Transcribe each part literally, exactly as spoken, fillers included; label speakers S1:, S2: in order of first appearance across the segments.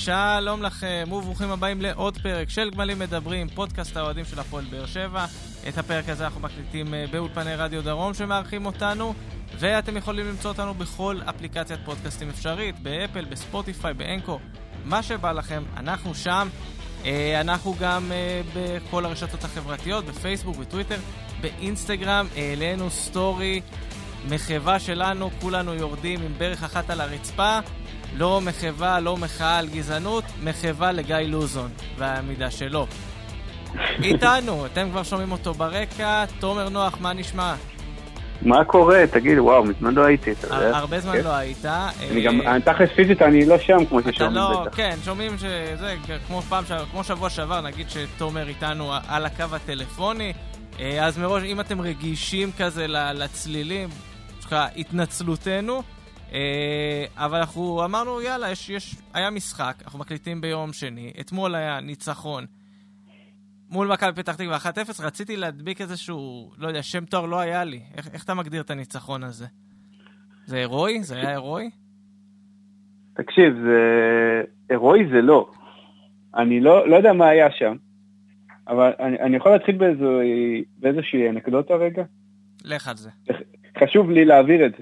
S1: שלום לכם, וברוכים הבאים לעוד פרק של גמלים מדברים, פודקאסט האוהדים של הפועל באר שבע. את הפרק הזה אנחנו מקליטים באולפני רדיו דרום שמארחים אותנו, ואתם יכולים למצוא אותנו בכל אפליקציית פודקאסטים אפשרית, באפל, בספוטיפיי, באנקו, מה שבא לכם, אנחנו שם. אנחנו גם בכל הרשתות החברתיות, בפייסבוק, בטוויטר, באינסטגרם. העלינו סטורי, מחווה שלנו, כולנו יורדים עם ברך אחת על הרצפה, לא מחווה, לא מחאה על גזענות, מחווה לגיא לוזון והעמידה שלו. איתנו, אתם כבר שומעים אותו ברקע, תומר נוח, מה נשמע?
S2: מה קורה? תגיד, וואו, מזמן לא הייתי.
S1: הרבה זמן לא היית.
S2: אני גם, תכלס פיזית, אני לא שם כמו ששומעים בטח.
S1: כן, שומעים שזה, כמו שבוע שעבר, נגיד שתומר איתנו על הקו הטלפוני, אז מראש, אם אתם רגישים כזה לצלילים, התנצלותנו, אבל אנחנו אמרנו, יאללה, יש, יש, היה משחק, אנחנו מקליטים ביום שני, אתמול היה ניצחון מול מכבי פתח תקווה אחת אפס, רציתי להדביק איזשהו, לא יודע, שם תואר לא היה לי. איך, איך אתה מגדיר את הניצחון הזה? זה הירואי? זה היה הירואי?
S2: תקשיב, זה הירואי זה לא. אני לא, לא יודע מה היה שם, אבל אני, אני יכול להתחיל באיזו, באיזושהי אנקדוטה רגע?
S1: לך על זה.
S2: חשוב לי להעביר את זה.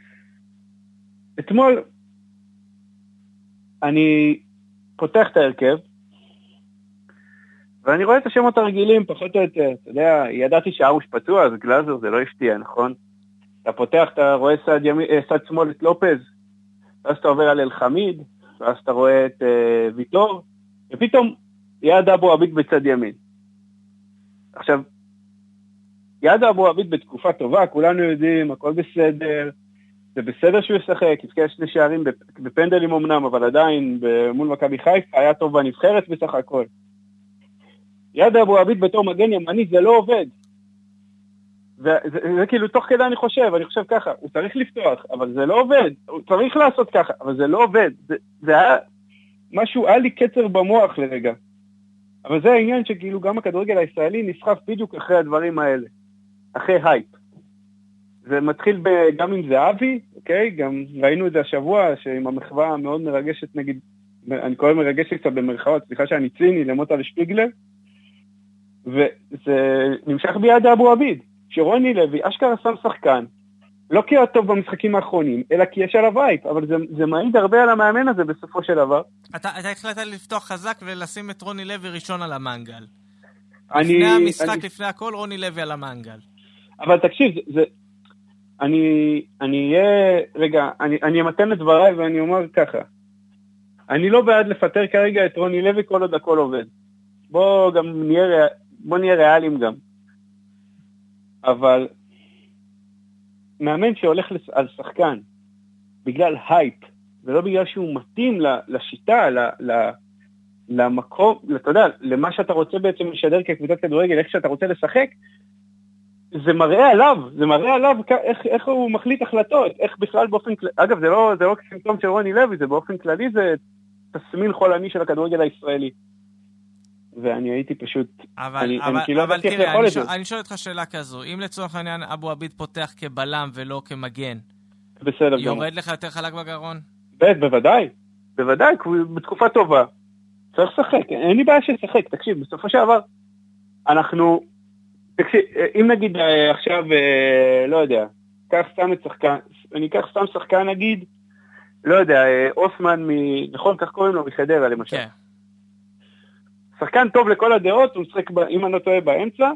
S2: אתמול אני פותח את ההרכב, ואני רואה את השמות הרגילים פחות או יותר. אתה יודע, ידעתי שארוש פצוע, אז גלאזר זה לא הפתיע, נכון? אתה פותח, אתה רואה סד, ימי, סד שמאל את לופז, ואז אתה עובר על אל-חמיד, ואז אתה רואה את uh, ויטור, ופתאום יעד אבו עביד בצד ימין. עכשיו, יעד אבו עביד בתקופה טובה, כולנו יודעים, הכל בסדר, זה בסדר שהוא ישחק, יפקע שני שערים בפנדלים אמנם, אבל עדיין מול מכבי חיפה היה טוב בנבחרת בסך הכל. יעד אבו עביד בתור מגן ימני זה לא עובד. וזה זה, זה כאילו תוך כדי אני חושב, אני חושב ככה, הוא צריך לפתוח, אבל זה לא עובד. הוא צריך לעשות ככה, אבל זה לא עובד. זה, זה היה משהו, היה לי קצר במוח לרגע. אבל זה העניין שכאילו גם הכדורגל הישראלי נסחף בדיוק אחרי הדברים האלה. אחרי הייפ. זה מתחיל גם עם זהבי, אוקיי? גם ראינו את זה השבוע, שעם המחווה המאוד מרגשת, נגיד, אני קורא מרגשת קצת במרכאות, סליחה שאני ציני, למוטה לשפיגלר, וזה נמשך ביד אבו עביד, שרוני לוי, אשכרה שם שחקן, לא כי הוא טוב במשחקים האחרונים, אלא כי יש עליו וייפ, אבל זה, זה מעיד הרבה על המאמן הזה בסופו של דבר. אתה, אתה
S1: החלטת לפתוח חזק ולשים את רוני לוי ראשון על המנגל.
S2: אני,
S1: לפני המשחק,
S2: אני...
S1: לפני הכל, רוני לוי על המנגל.
S2: אבל תקשיב, זה... זה... אני, אני אהיה, רגע, אני, אני אמתן את דבריי ואני אומר ככה, אני לא בעד לפטר כרגע את רוני לוי כל עוד הכל עובד. בוא גם נהיה, בוא נהיה ריאליים גם. אבל מאמן שהולך על שחקן בגלל הייפ, ולא בגלל שהוא מתאים לשיטה, למקום, אתה יודע, למה שאתה רוצה בעצם לשדר כקבוצת כדורגל, איך שאתה רוצה לשחק, זה מראה עליו, זה מראה עליו איך, איך הוא מחליט החלטות, איך בכלל באופן כללי, אגב זה לא, זה לא סימפטום של רוני לוי, זה באופן כללי זה תסמין חולני של הכדורגל הישראלי. ואני הייתי פשוט,
S1: אבל,
S2: אני,
S1: אבל,
S2: אני כאילו
S1: אבל
S2: לא
S1: תראה, אני, שואל, אני שואל אותך שאלה כזו, אם לצורך העניין אבו עביד פותח כבלם ולא כמגן,
S2: בסדר,
S1: יורד
S2: גם.
S1: לך יותר חלק בגרון?
S2: בית, בוודאי, בוודאי, בתקופה טובה, צריך לשחק, אין לי בעיה ששחק, תקשיב, בסופו של דבר, אנחנו, תקשיב, אם נגיד עכשיו, לא יודע, קח סתם את שחקן, אני אקח סתם שחקן נגיד, לא יודע, אוסמן, מ... נכון, כך קוראים לו, מחדרה למשל.
S1: כן.
S2: שחקן טוב לכל הדעות, הוא משחק, אם אני לא טועה, באמצע,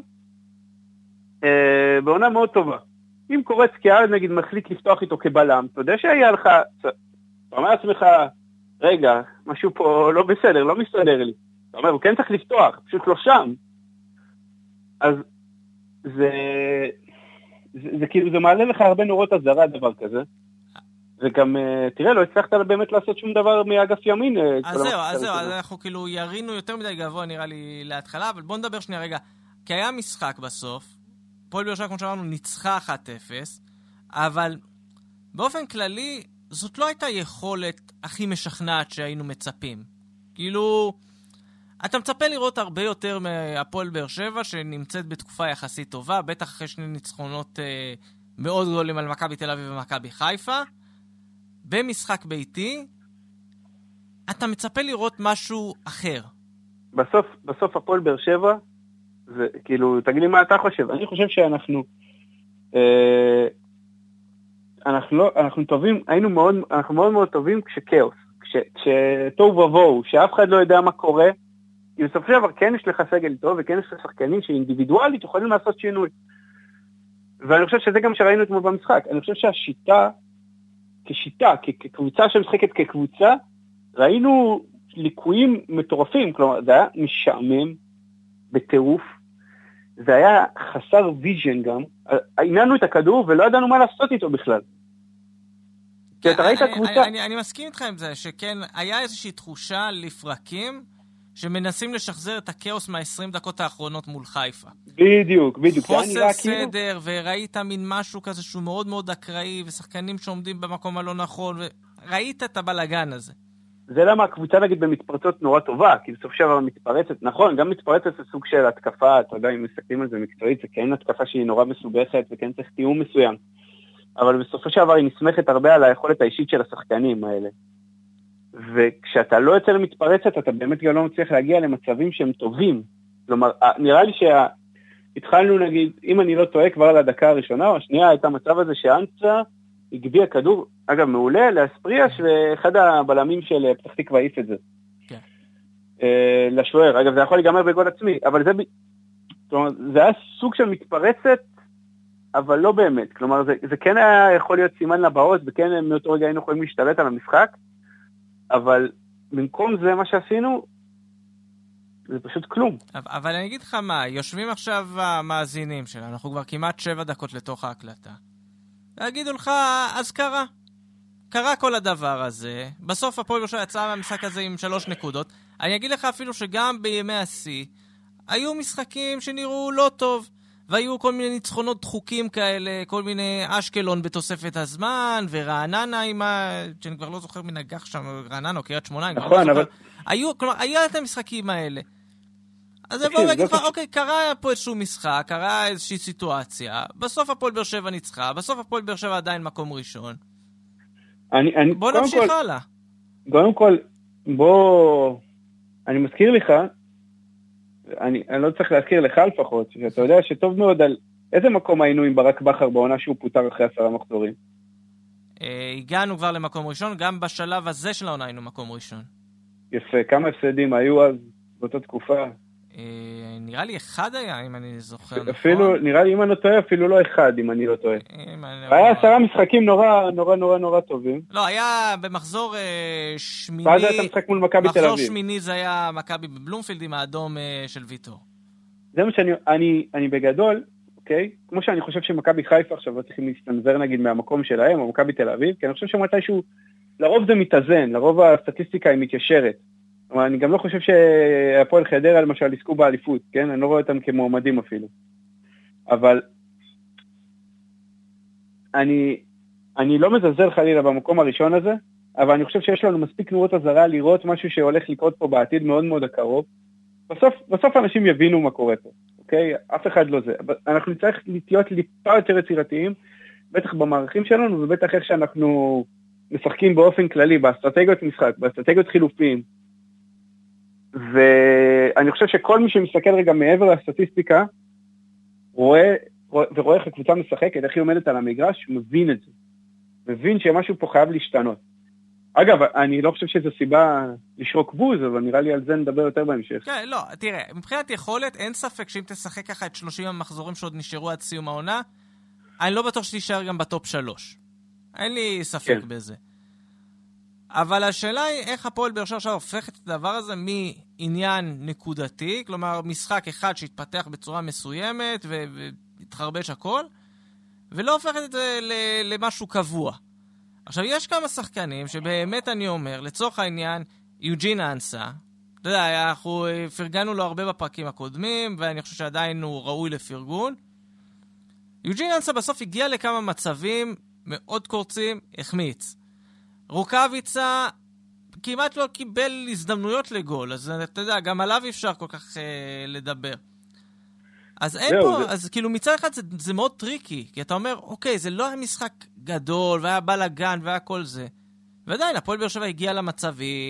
S2: בעונה מאוד טובה. אם קורץ קיארד, נגיד, מחליט לפתוח איתו כבלם, אתה יודע שהיה לך, אתה אומר לעצמך, רגע, משהו פה לא בסדר, לא מסתדר לי. אתה אומר, הוא כן צריך לפתוח, פשוט לא שם. אז זה, זה, זה כאילו, זה מעלה לך הרבה נורות הזרה, דבר כזה. וגם, תראה, לא הצלחת באמת לעשות שום דבר מאגף ימין.
S1: אז זהו, אז זהו, אז אנחנו כאילו ירינו יותר מדי גבוה, נראה לי, להתחלה, אבל בוא נדבר שנייה רגע. כי היה משחק בסוף, פועל באר שבע, כמו שאמרנו, ניצחה אחת אפס, אבל באופן כללי, זאת לא הייתה יכולת הכי משכנעת שהיינו מצפים. כאילו, אתה מצפה לראות הרבה יותר מהפועל באר שבע, שנמצאת בתקופה יחסית טובה, בטח אחרי שני ניצחונות אה, מאוד גדולים על מכבי תל אביב ומכבי חיפה, במשחק ביתי, אתה מצפה לראות משהו אחר.
S2: בסוף, בסוף הפועל באר שבע, זה, כאילו, תגיד לי מה אתה חושב. אני חושב שאנחנו, אה, אנחנו לא, אנחנו טובים, היינו מאוד, אנחנו מאוד מאוד טובים כשקאוס, כש, כשטוב ובואו, שאף אחד לא יודע מה קורה, כי בסופו של דבר כן יש לך סגל טוב, וכן יש לך שחקנים שאינדיבידואלית יכולים לעשות שינוי. ואני חושב שזה גם שראינו אתמול במשחק. אני חושב שהשיטה, כשיטה, כקבוצה שמשחקת כקבוצה, ראינו ליקויים מטורפים, כלומר, זה היה משעמם בטירוף, זה היה חסר ויז'ן גם, עיננו את הכדור ולא ידענו מה לעשות איתו בכלל. כי אתה ראית הקבוצה...
S1: אני מסכים איתך עם זה, שכן, היה איזושהי תחושה לפרקים, שמנסים לשחזר את הכאוס מה-עשרים דקות האחרונות מול חיפה.
S2: בדיוק, בדיוק.
S1: חוסר סדר, וראית מין משהו כזה שהוא מאוד מאוד אקראי, ושחקנים שעומדים במקום הלא נכון, וראית את הבלגן הזה.
S2: זה למה הקבוצה נגיד במתפרצות נורא טובה, כי בסוף שבע מתפרצת, נכון, גם מתפרצת זה סוג של התקפה, אתה יודע, אם מסתכלים על זה מקצועית, זה כן התקפה שהיא נורא מסובכת, וכן צריך תיאום מסוים. אבל בסופו של דבר היא נסמכת הרבה על היכולת האישית של השחקנים האלה. וכשאתה לא יוצא למתפרצת, אתה באמת גם לא מצליח להגיע למצבים שהם טובים. כלומר, נראה לי שהתחלנו נגיד, אם אני לא טועה כבר לדקה הראשונה, או השנייה הייתה מצב הזה שאנצה הגביע כדור, אגב, מעולה, לאספריה, שאחד הבלמים של פתח תקווה העיף את זה.
S1: כן.
S2: לשוער. אגב, זה יכול להיגמר בגול עצמי, אבל זה, כלומר, זה היה סוג של מתפרצת, אבל לא באמת. כלומר, זה, זה כן היה יכול להיות סימן לבאות, וכן מאותו רגע היינו יכולים להשתלט על המשחק, אבל במקום זה מה שעשינו, זה פשוט כלום.
S1: אבל אני אגיד לך מה, יושבים עכשיו המאזינים שלנו, אנחנו כבר כמעט שבע דקות לתוך ההקלטה. להגידו לך, אז קרה. קרה כל הדבר הזה. בסוף הפועל באר שבע יצא מהמשחק הזה עם שלוש נקודות. אני אגיד לך אפילו שגם בימי השיא, היו משחקים שנראו לא טוב. והיו כל מיני ניצחונות דחוקים כאלה, כל מיני אשקלון בתוספת הזמן, ורעננה עם ה... שאני כבר לא זוכר מנגח שם, רעננה או קריית שמונה.
S2: נכון, אבל...
S1: היו, כלומר, היה את המשחקים האלה. אז זה בואו להגיד לך, אוקיי, קרה פה איזשהו משחק, קרה איזושהי סיטואציה, בסוף הפועל באר שבע ניצחה, בסוף הפועל באר שבע עדיין מקום ראשון.
S2: אני, אני,
S1: בוא נמשיך כל, הלאה.
S2: קודם כל, בוא... אני מזכיר לך, אני, אני לא צריך להזכיר לך לפחות, שאתה יודע שטוב מאוד על איזה מקום היינו עם ברק בכר בעונה שהוא פוטר אחרי עשרה מחזורים.
S1: אה, הגענו כבר למקום ראשון, גם בשלב הזה של העונה היינו מקום ראשון. יפה,
S2: כמה הפסדים היו אז באותה תקופה?
S1: אה, נראה לי אחד היה, אם אני זוכר
S2: אפילו,
S1: נכון.
S2: נראה לי אם אני לא טועה, אפילו לא אחד, אם אני לא טועה. היה עשרה משחקים נורא, נורא, נורא, נורא טובים.
S1: לא, היה במחזור אה, שמיני...
S2: ואז היה משחק מול מכבי תל אביב.
S1: מחזור שמיני זה היה מכבי בבלומפילד עם האדום אה, של ויטור.
S2: זה מה שאני, אני, אני בגדול, אוקיי? כמו שאני חושב שמכבי חיפה עכשיו לא צריכים להסתנזר נגיד מהמקום שלהם, או מכבי תל אביב, כי אני חושב שמתישהו, לרוב זה מתאזן, לרוב הסטטיסטיקה היא מתיישרת. אבל אני גם לא חושב שהפועל חדרה למשל עסקו באליפות, כן? אני לא רואה אותם כמועמדים אפילו. אבל אני, אני לא מזלזל חלילה במקום הראשון הזה, אבל אני חושב שיש לנו מספיק נורות הזרה לראות משהו שהולך לקרות פה בעתיד מאוד מאוד הקרוב. בסוף, בסוף אנשים יבינו מה קורה פה, אוקיי? אף אחד לא זה. אנחנו נצטרך להיות ליפה יותר יצירתיים, בטח במערכים שלנו, ובטח איך שאנחנו משחקים באופן כללי, באסטרטגיות משחק, באסטרטגיות חילופים. ואני חושב שכל מי שמסתכל רגע מעבר לסטטיסטיקה, רואה, ורואה איך הקבוצה משחקת, איך היא עומדת על המגרש, מבין את זה. מבין שמשהו פה חייב להשתנות. אגב, אני לא חושב שזו סיבה לשרוק בוז, אבל נראה לי על זה נדבר יותר בהמשך.
S1: כן, לא, תראה, מבחינת יכולת, אין ספק שאם תשחק ככה את שלושים המחזורים שעוד נשארו עד סיום העונה, אני לא בטוח שתישאר גם בטופ שלוש. אין לי ספק כן. בזה. אבל השאלה היא איך הפועל באר שבע עכשיו הופך את הדבר הזה מעניין נקודתי, כלומר משחק אחד שהתפתח בצורה מסוימת והתחרבש הכל, ולא הופכת את זה למשהו קבוע. עכשיו יש כמה שחקנים שבאמת אני אומר, לצורך העניין, יוג'ין אנסה, אתה יודע, אנחנו פרגנו לו הרבה בפרקים הקודמים, ואני חושב שעדיין הוא ראוי לפרגון. יוג'ין אנסה בסוף הגיע לכמה מצבים מאוד קורצים, החמיץ. רוקאביצה כמעט לא קיבל הזדמנויות לגול, אז אתה יודע, גם עליו אפשר כל כך אה, לדבר. אז אין פה, זה... אז כאילו מצד אחד זה, זה מאוד טריקי, כי אתה אומר, אוקיי, זה לא היה משחק גדול, והיה בלגן, והיה כל זה. ועדיין, הפועל באר שבע הגיע למצבים,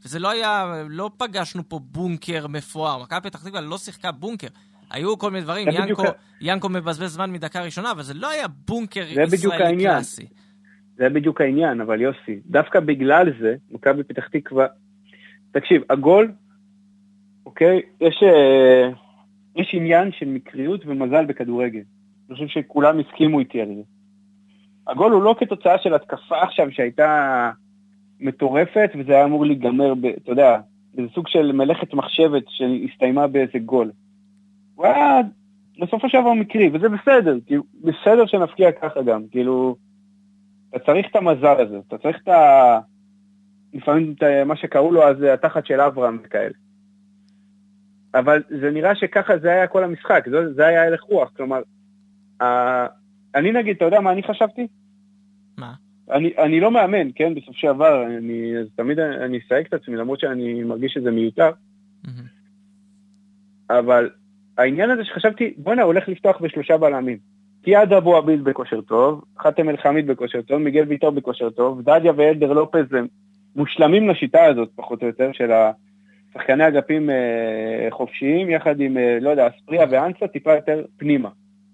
S1: וזה לא היה, לא פגשנו פה בונקר מפואר, מכבי פתח תקווה לא שיחקה בונקר, היו כל מיני דברים, ינקו, ינקו מבזבז זמן מדקה ראשונה, אבל זה לא היה בונקר ישראלי קלאסי.
S2: זה בדיוק העניין, אבל יוסי, דווקא בגלל זה, מכבי פתח תקווה, תקשיב, הגול, אוקיי, יש, יש עניין של מקריות ומזל בכדורגל. אני חושב שכולם הסכימו איתי על זה. הגול הוא לא כתוצאה של התקפה עכשיו שהייתה מטורפת, וזה היה אמור להיגמר, ב, אתה יודע, זה סוג של מלאכת מחשבת שהסתיימה באיזה גול. הוא היה בסוף השבוע מקרי, וזה בסדר, כאילו, בסדר שנפקיע ככה גם, כאילו, אתה צריך את המזל הזה, אתה צריך את ה... לפעמים את מה שקראו לו אז התחת של אברהם וכאלה. אבל זה נראה שככה זה היה כל המשחק, זה, זה היה הלך רוח, כלומר, ה... אני נגיד, אתה יודע מה אני חשבתי?
S1: מה?
S2: אני, אני לא מאמן, כן, בסוף שעבר, אני, אז תמיד אני אסייג את עצמי, למרות שאני מרגיש שזה מיותר, mm-hmm. אבל העניין הזה שחשבתי, בוא'נה, הולך לפתוח בשלושה בלמים. תיאד אבו עביד בכושר טוב, חתם אל חמיד בכושר טוב, מיגל ויטור בכושר טוב, דדיה ואלדר לופז הם מושלמים לשיטה הזאת, פחות או יותר, של השחקני אגפים אה, חופשיים, יחד עם, אה, לא יודע, אספריה ואנסה, טיפה יותר פנימה.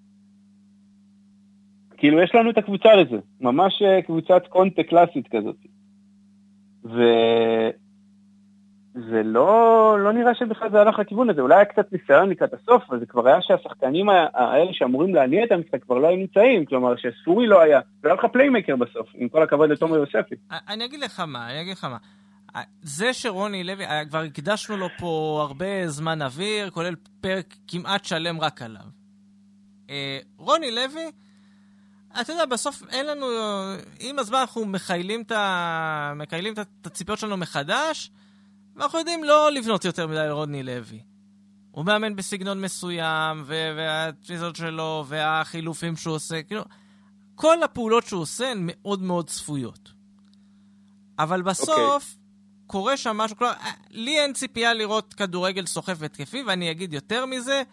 S2: כאילו, יש לנו את הקבוצה לזה, ממש אה, קבוצת קונטה קלאסית כזאת. וזה לא, לא נראה שבכלל זה הלך לכיוון הזה, אולי היה קצת ניסיון לקראת הסוף, אבל זה כבר היה שהשחקנים האלה שאמורים להניע את המשחק כבר לא היו נמצאים, כלומר שספורי לא היה, לא היה לך פליימקר בסוף, עם כל הכבוד לתומר יוספי.
S1: אני אגיד לך מה, אני אגיד לך מה, זה שרוני לוי, כבר הקדשנו לו פה הרבה זמן אוויר, כולל פרק כמעט שלם רק עליו. רוני לוי, אתה יודע, בסוף אין לנו, עם הזמן אנחנו מחיילים את, מחיילים את הציפיות שלנו מחדש, ואנחנו יודעים לא לבנות יותר מדי לרוני לוי. הוא מאמן בסגנון מסוים, והתפיסות שלו, והחילופים שהוא עושה, כאילו, כל הפעולות שהוא עושה הן מאוד מאוד צפויות. אבל בסוף, okay. קורה שם משהו, כלומר, לי אין ציפייה לראות כדורגל סוחף התקפי, ואני אגיד יותר מזה,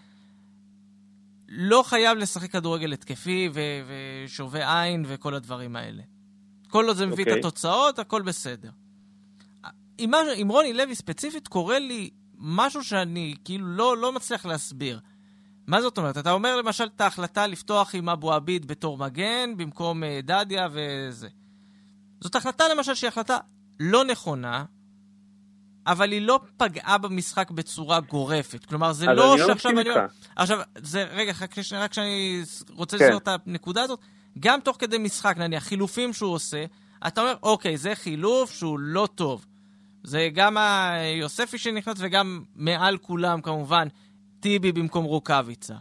S1: לא חייב לשחק כדורגל התקפי, ו- ושובה עין, וכל הדברים האלה. כל עוד זה מביא okay. את התוצאות, הכל בסדר. עם, עם רוני לוי ספציפית קורה לי משהו שאני כאילו לא, לא מצליח להסביר. מה זאת אומרת? אתה אומר למשל את ההחלטה לפתוח עם אבו עביד בתור מגן במקום דדיה וזה. זאת החלטה למשל שהיא החלטה לא נכונה, אבל היא לא פגעה במשחק בצורה גורפת. כלומר, זה לא שעכשיו אני... עכשיו, זה, רגע, רק שאני רוצה לסגור את הנקודה הזאת, גם תוך כדי משחק, נניח, חילופים שהוא עושה, אתה אומר, אוקיי, זה חילוף שהוא לא טוב. זה גם היוספי שנכנס וגם מעל כולם כמובן טיבי במקום רוקביצה.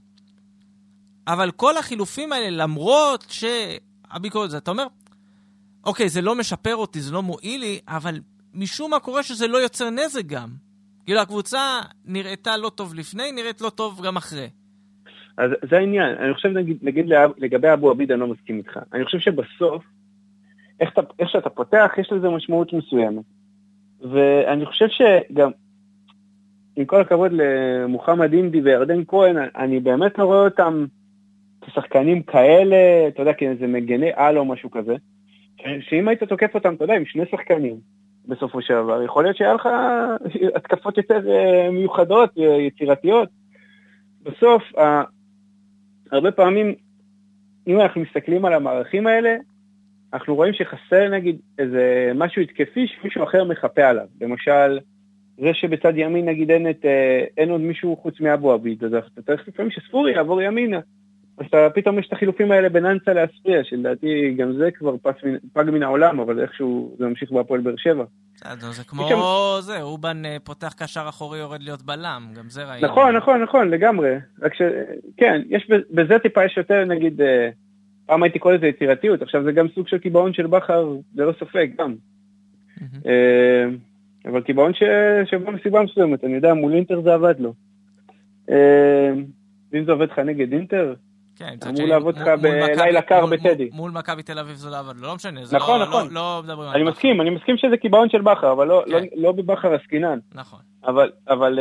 S1: אבל כל החילופים האלה, למרות שהביקורת זה, אתה אומר, אוקיי, זה לא משפר אותי, זה לא מועיל לי, אבל משום מה קורה שזה לא יוצר נזק גם. כאילו הקבוצה נראיתה לא טוב לפני, נראית לא טוב גם אחרי.
S2: אז זה העניין. אני חושב, נגיד, נגיד לגבי אבו עביד, אני לא מסכים איתך. אני חושב שבסוף, איך, אתה, איך שאתה פותח, יש לזה משמעות מסוימת. ואני חושב שגם, עם כל הכבוד למוחמד אינדי וירדן כהן, אני באמת לא רואה אותם כשחקנים כאלה, אתה יודע, כאיזה מגני על או משהו כזה, שאם היית תוקף אותם, אתה יודע, עם שני שחקנים בסופו של דבר, יכול להיות שהיה לך התקפות יותר מיוחדות, יצירתיות. בסוף, הרבה פעמים, אם אנחנו מסתכלים על המערכים האלה, אנחנו רואים שחסר נגיד איזה משהו התקפי שמישהו אחר מחפה עליו. למשל, זה שבצד ימין נגיד אין, את, אין עוד מישהו חוץ מאבו עביד, אז אתה צריך לפעמים שספורי יעבור ימינה. אז אתה, פתאום יש את החילופים האלה בין אנסה לאספריה, שלדעתי גם זה כבר פס, פג מן העולם, אבל איכשהו זה ממשיך בהפועל באר שבע.
S1: זה כמו זה, אובן פותח קשר אחורי יורד להיות בלם, גם זה ראינו.
S2: נכון, נכון, נכון, לגמרי. רק ש... כן, יש בזה טיפה יש יותר נגיד... פעם הייתי קורא לזה יצירתיות, עכשיו זה גם סוג של קיבעון של בחר, זה לא ספק, גם. אבל קיבעון שבא מסיבה מסוימת, אני יודע, מול אינטר זה עבד לו. ואם זה עובד לך נגד אינטר, אמור לעבוד לך בלילה קר בטדי.
S1: מול מכבי תל אביב זה לא עבד, לא משנה,
S2: נכון, נכון. אני מסכים, אני מסכים שזה קיבעון של בחר, אבל לא בבחר הסקינן.
S1: נכון.
S2: אבל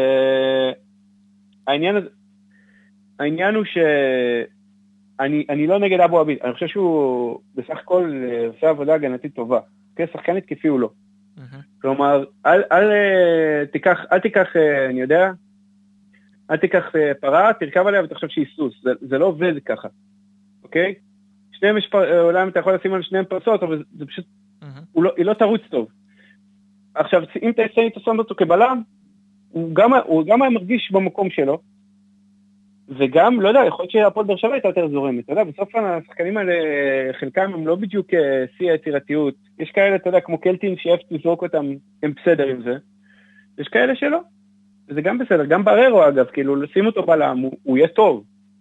S2: העניין הוא ש... אני, אני לא נגד אבו עביד, אני חושב שהוא בסך הכל עושה עבודה הגנתית טובה. כשחקן התקפי הוא לא. כלומר, אל, אל, תיקח, אל תיקח, אני יודע, אל תיקח פרה, תרכב עליה ותחשוב שהיא סוס. זה, זה לא עובד ככה, אוקיי? שניהם יש פר... אולי אתה יכול לשים על שניהם פרסות, אבל זה פשוט, הוא לא, היא לא תרוץ טוב. עכשיו, אם תעשה את הסונד אותו כבלם, הוא גם, הוא גם היה מרגיש במקום שלו, וגם, לא יודע, יכול להיות שהפועל באר שבע הייתה יותר זורמת. אתה יודע, בסוף השחקנים האלה, חלקם הם לא בדיוק שיא היצירתיות. יש כאלה, אתה יודע, כמו קלטין, שאיפה לזרוק אותם, הם בסדר עם זה. יש כאלה שלא. וזה גם בסדר. גם בררו, אגב, כאילו, לשים אותו בלם, הוא, הוא יהיה טוב.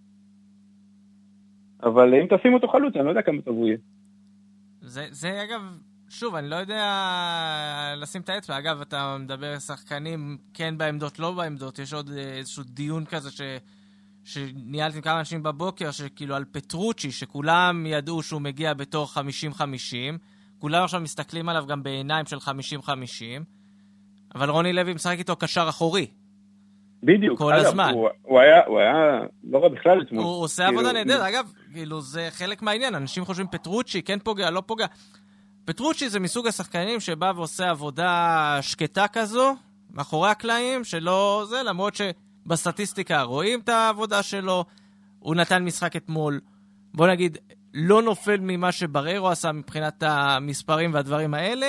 S2: אבל אם תשים אותו חלוץ, אני לא יודע כמה טוב הוא יהיה.
S1: זה, זה אגב, שוב, אני לא יודע לשים את האצבע. אגב, אתה מדבר על שחקנים, כן בעמדות, לא בעמדות. יש עוד איזשהו דיון כזה ש... שניהלתי עם כמה אנשים בבוקר, שכאילו על פטרוצ'י, שכולם ידעו שהוא מגיע בתור חמישים חמישים, כולם עכשיו מסתכלים עליו גם בעיניים של חמישים חמישים, אבל רוני לוי משחק איתו קשר אחורי.
S2: בדיוק.
S1: כל
S2: אגב,
S1: הזמן.
S2: הוא, הוא, היה, הוא היה לא רע בכלל אתמול.
S1: הוא עושה
S2: כאילו,
S1: עבודה נהדרת. אגב, כאילו זה חלק מהעניין. אנשים חושבים פטרוצ'י, כן פוגע, לא פוגע. פטרוצ'י זה מסוג השחקנים שבא ועושה עבודה שקטה כזו, מאחורי הקלעים, שלא זה, למרות ש... בסטטיסטיקה רואים את העבודה שלו, הוא נתן משחק אתמול, בוא נגיד, לא נופל ממה שבררו עשה מבחינת המספרים והדברים האלה,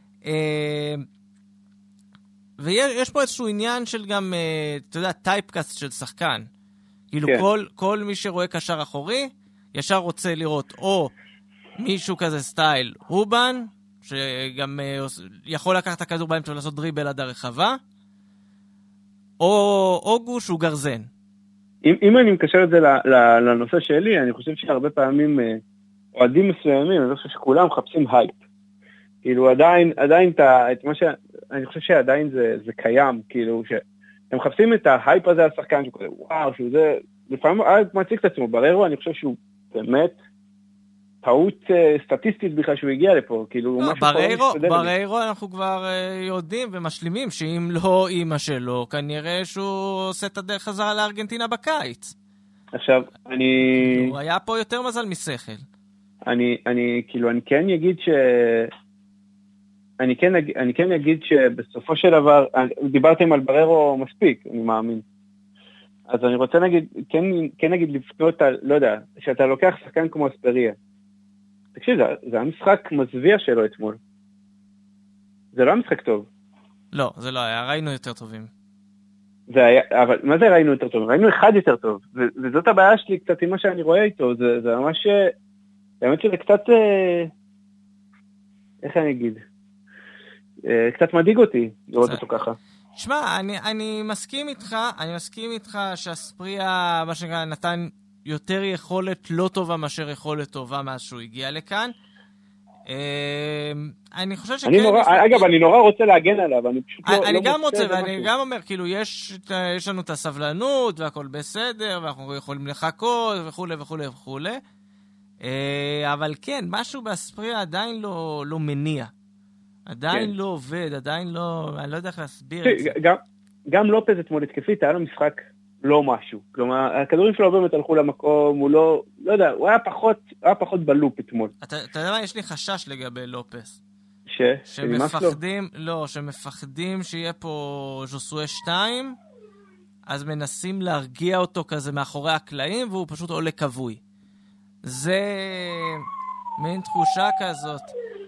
S1: ויש פה איזשהו עניין של גם, אתה יודע, טייפקאסט של שחקן, כאילו
S2: כן.
S1: כל, כל מי שרואה קשר אחורי, ישר רוצה לראות או מישהו כזה סטייל הובן, שגם יכול לקחת את הכדור באמצע ולעשות דריבל עד הרחבה, או אוגוש הוא גרזן.
S2: אם, אם אני מקשר את זה לנושא שלי, אני חושב שהרבה פעמים אוהדים מסוימים, אני חושב שכולם מחפשים הייפ. כאילו עדיין, עדיין את מה ש... אני חושב שעדיין זה, זה קיים, כאילו שהם מחפשים את ההייפ הזה על שחקן, שכזה, וואו, שזה, לפעמים הוא מציג את עצמו, בררו, אני חושב שהוא באמת טעות סטטיסטית בכלל שהוא הגיע לפה, כאילו
S1: לא, בררו, בררו אנחנו כבר יודעים ומשלימים שאם לא אמא שלו, כנראה שהוא עושה את הדרך חזרה לארגנטינה בקיץ.
S2: עכשיו, אני...
S1: הוא היה פה יותר מזל משכל.
S2: אני, אני, כאילו, אני כן אגיד ש... אני כן, אני כן אגיד שבסופו של דבר, דיברתם על בררו מספיק, אני מאמין. אז אני רוצה להגיד, כן, כן נגיד לפנות על, לא יודע, שאתה לוקח שחקן כמו אספריה, תקשיב, זה, זה המשחק מזוויע שלו אתמול. זה לא המשחק טוב.
S1: לא, זה לא היה, ראינו יותר טובים.
S2: זה היה, אבל מה זה ראינו יותר טוב? ראינו אחד יותר טוב, ו, וזאת הבעיה שלי קצת עם מה שאני רואה איתו, זה, זה ממש, באמת שזה קצת, איך אני אגיד, קצת מדאיג אותי לראות אותו ככה.
S1: תשמע, אני, אני מסכים איתך, אני מסכים איתך שהספריה, מה שנקרא, נתן יותר יכולת לא טובה מאשר יכולת טובה מאז שהוא הגיע לכאן. אני חושב שכן...
S2: אגב, אני נורא רוצה להגן עליו, אני פשוט לא...
S1: אני גם רוצה, ואני גם אומר, כאילו, יש לנו את הסבלנות, והכל בסדר, ואנחנו יכולים לחכות, וכו' וכו' וכו'. אבל כן, משהו בספריה עדיין לא מניע. עדיין לא עובד, עדיין לא... אני לא יודע איך להסביר את זה.
S2: גם לופז אתמול התקפית, היה לו משחק לא משהו. כלומר, הכדורים שלו באמת הלכו למקום, הוא לא... לא יודע, הוא היה פחות, היה פחות בלופ אתמול.
S1: אתה יודע מה? יש לי חשש לגבי לופז.
S2: ש?
S1: שמפחדים... לא, שמפחדים שיהיה פה ז'וסואה שתיים, אז מנסים להרגיע אותו כזה מאחורי הקלעים, והוא פשוט עולה כבוי. זה מין תחושה כזאת.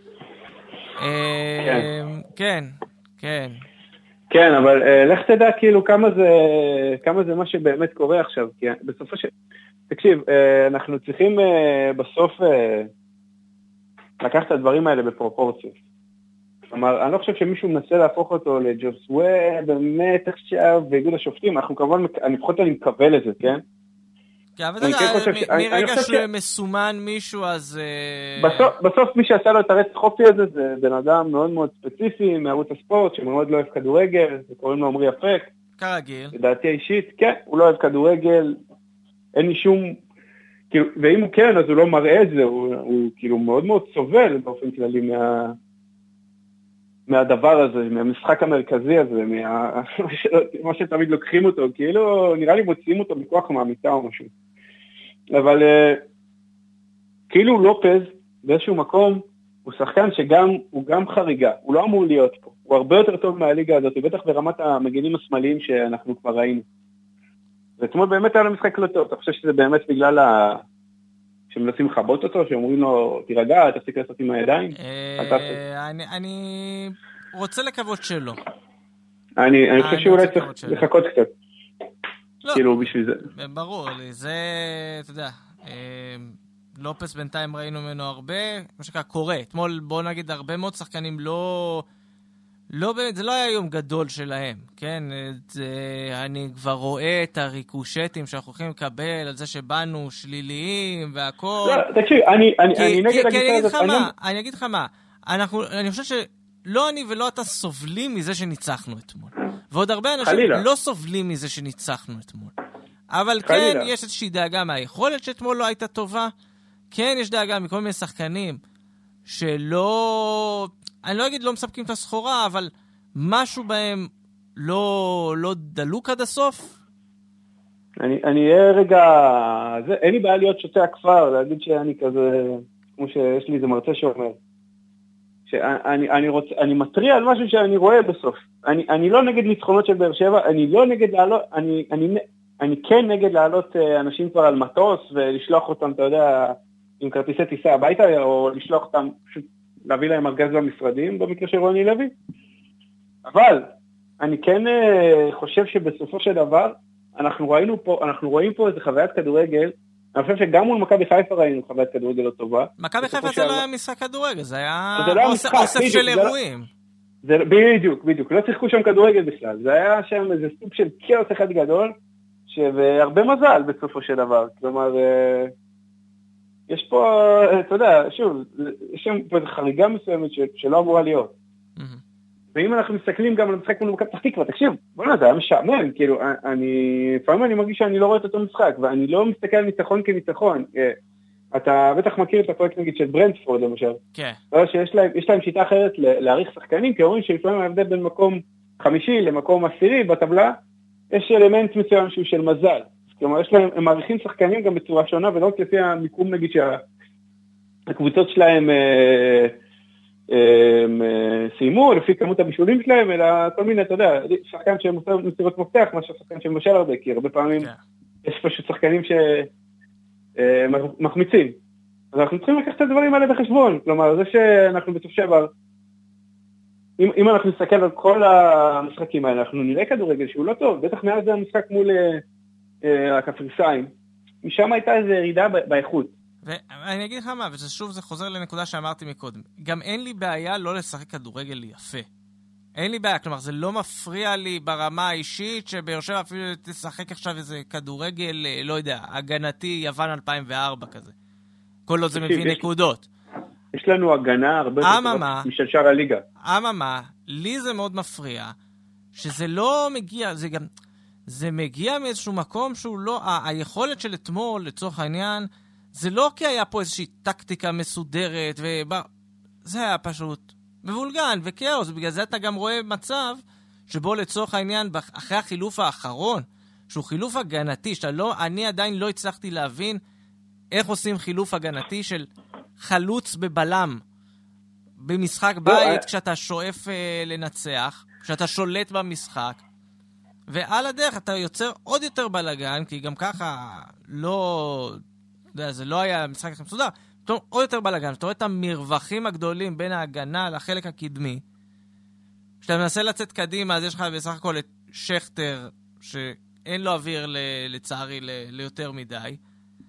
S1: כן, כן.
S2: כן, אבל לך תדע כאילו כמה זה, כמה זה מה שבאמת קורה עכשיו, כי בסופו של... תקשיב, אנחנו צריכים בסוף לקחת את הדברים האלה בפרופורציות. כלומר, אני לא חושב שמישהו מנסה להפוך אותו לג'וסווה באמת עכשיו באיגוד השופטים, אנחנו כמובן, אני לפחות אני מקבל את זה, כן?
S1: כן, אבל מרגע שמסומן מישהו, אז...
S2: בסוף מי שעשה לו את הרצח חופי הזה, זה בן אדם מאוד מאוד ספציפי, מערוץ הספורט, שמאוד לא אוהב כדורגל, וקוראים לו עמרי אפק.
S1: כרגיל.
S2: לדעתי האישית, כן, הוא לא אוהב כדורגל, אין לי שום... ואם הוא כן, אז הוא לא מראה את זה, הוא כאילו מאוד מאוד סובל באופן כללי מה... מהדבר הזה, מהמשחק המרכזי הזה, מה שתמיד לוקחים אותו, כאילו נראה לי מוציאים אותו בכוח מהמיטה או משהו. אבל כאילו לופז באיזשהו מקום, הוא שחקן שגם, הוא גם חריגה, הוא לא אמור להיות פה, הוא הרבה יותר טוב מהליגה הזאת, בטח ברמת המגנים השמאליים שאנחנו כבר ראינו. ואתמול באמת היה לו משחק לא טוב, אתה חושב שזה באמת בגלל ה... שמנסים לחבות אותו, שאומרים לו, תירגע, תפסיק לעשות עם הידיים?
S1: אני רוצה לקוות שלא.
S2: אני חושב שאולי צריך לחכות קצת. כאילו בשביל זה.
S1: ברור לי, זה, אתה יודע, לופס בינתיים ראינו ממנו הרבה, מה שקרה, קורה. אתמול, בואו נגיד, הרבה מאוד שחקנים לא... לא באמת, זה לא היה יום גדול שלהם, כן? זה, אני כבר רואה את הריקושטים שאנחנו הולכים לקבל על זה שבאנו שליליים והכל.
S2: לא, תקשיב, אני, אני, כי, אני נגד
S1: כי, כי אני אגיד לך
S2: אני...
S1: מה, אני אגיד לך מה, אנחנו, אני חושב שלא אני ולא אתה סובלים מזה שניצחנו אתמול. ועוד הרבה אנשים חלילה. לא סובלים מזה שניצחנו אתמול. אבל חלילה. כן, יש איזושהי דאגה מהיכולת שאתמול לא הייתה טובה. כן, יש דאגה מכל מיני שחקנים שלא... אני לא אגיד לא מספקים את הסחורה, אבל משהו בהם לא, לא דלוק עד הסוף.
S2: אני, אני אהיה רגע, זה, אין לי בעיה להיות שוטה הכפר, להגיד שאני כזה, כמו שיש לי איזה מרצה שאומר, שאני אני רוצה, אני מטריע על משהו שאני רואה בסוף. אני, אני לא נגד ניצחונות של באר שבע, אני לא נגד לעלות, אני, אני, אני כן נגד לעלות אנשים כבר על מטוס ולשלוח אותם, אתה יודע, עם כרטיסי טיסה הביתה, או לשלוח אותם פשוט להביא להם ארגז במשרדים, במקרה של רוני לוי. אבל אני כן חושב שבסופו של דבר, אנחנו ראינו פה, אנחנו רואים פה איזה חוויית כדורגל, אני חושב שגם מול מכבי חיפה ראינו חוויית כדורגל לא טובה.
S1: מכבי חיפה זה לא היה משחק כדורגל, זה היה אוסף של אירועים.
S2: בדיוק, בדיוק, לא שיחקו שם כדורגל בכלל, זה היה שם איזה סוג של כאוס אחד גדול, והרבה מזל בסופו של דבר, כלומר, יש פה, אתה יודע, שוב, יש שם פה איזו חריגה מסוימת שלא אמורה להיות. ואם אנחנו מסתכלים גם על המשחק מול מכבי פתח תקווה, תקשיב, בוא'נה, זה היה משעמם, כאילו, אני, לפעמים אני מרגיש שאני לא רואה את אותו משחק, ואני לא מסתכל על ניצחון כניצחון. אתה בטח מכיר את הפרויקט נגיד של ברנטפורד, למשל. כן. שיש להם, יש להם שיטה אחרת להעריך שחקנים, כי אומרים שלפעמים ההבדל בין מקום חמישי למקום עשירי בטבלה, יש אלמנט מסוים שהוא של מזל. כלומר, יש להם, הם מעריכים שחקנים גם בצורה שונה, ולא רק לפי המיקום, נגיד, שהקבוצות שלהם אה, אה, אה, סיימו, לפי כמות הבישולים שלהם, אלא כל מיני, אתה יודע, שחקן שהם עושים מסירות מפתח, משהו שחקן שהם משל הרבה, כי הרבה פעמים yeah. יש פשוט שחקנים שמחמיצים. אז אנחנו צריכים לקחת את הדברים האלה בחשבון, כלומר, זה שאנחנו בסוף שבר, אם, אם אנחנו נסתכל על כל המשחקים האלה, אנחנו נראה כדורגל שהוא לא טוב, בטח מאז זה המשחק מול... הקפריסאים, משם הייתה איזו ירידה באיכות.
S1: ואני אגיד לך מה, ושוב זה חוזר לנקודה שאמרתי מקודם, גם אין לי בעיה לא לשחק כדורגל יפה. אין לי בעיה, כלומר זה לא מפריע לי ברמה האישית, שבאר שבע אפילו תשחק עכשיו איזה כדורגל, לא יודע, הגנתי יוון אלפיים וארבע כזה. כל עוד זה מביא נקודות.
S2: יש לנו הגנה הרבה יותר משל שאר הליגה.
S1: אממה, לי זה מאוד מפריע, שזה לא מגיע, זה גם... זה מגיע מאיזשהו מקום שהוא לא, ה- היכולת של אתמול, לצורך העניין, זה לא כי היה פה איזושהי טקטיקה מסודרת, ובא, זה היה פשוט מבולגן וכאוס, בגלל זה אתה גם רואה מצב, שבו לצורך העניין, אחרי החילוף האחרון, שהוא חילוף הגנתי, שאתה לא, אני עדיין לא הצלחתי להבין, איך עושים חילוף הגנתי של חלוץ בבלם, במשחק בית, כשאתה שואף אה, לנצח, כשאתה שולט במשחק, ועל הדרך אתה יוצר עוד יותר בלגן, כי גם ככה לא, זה לא היה משחק מסודר, עוד יותר בלגן, אתה רואה את המרווחים הגדולים בין ההגנה לחלק הקדמי, כשאתה מנסה לצאת קדימה, אז יש לך בסך הכל את שכטר, שאין לו אוויר לצערי ליותר מדי,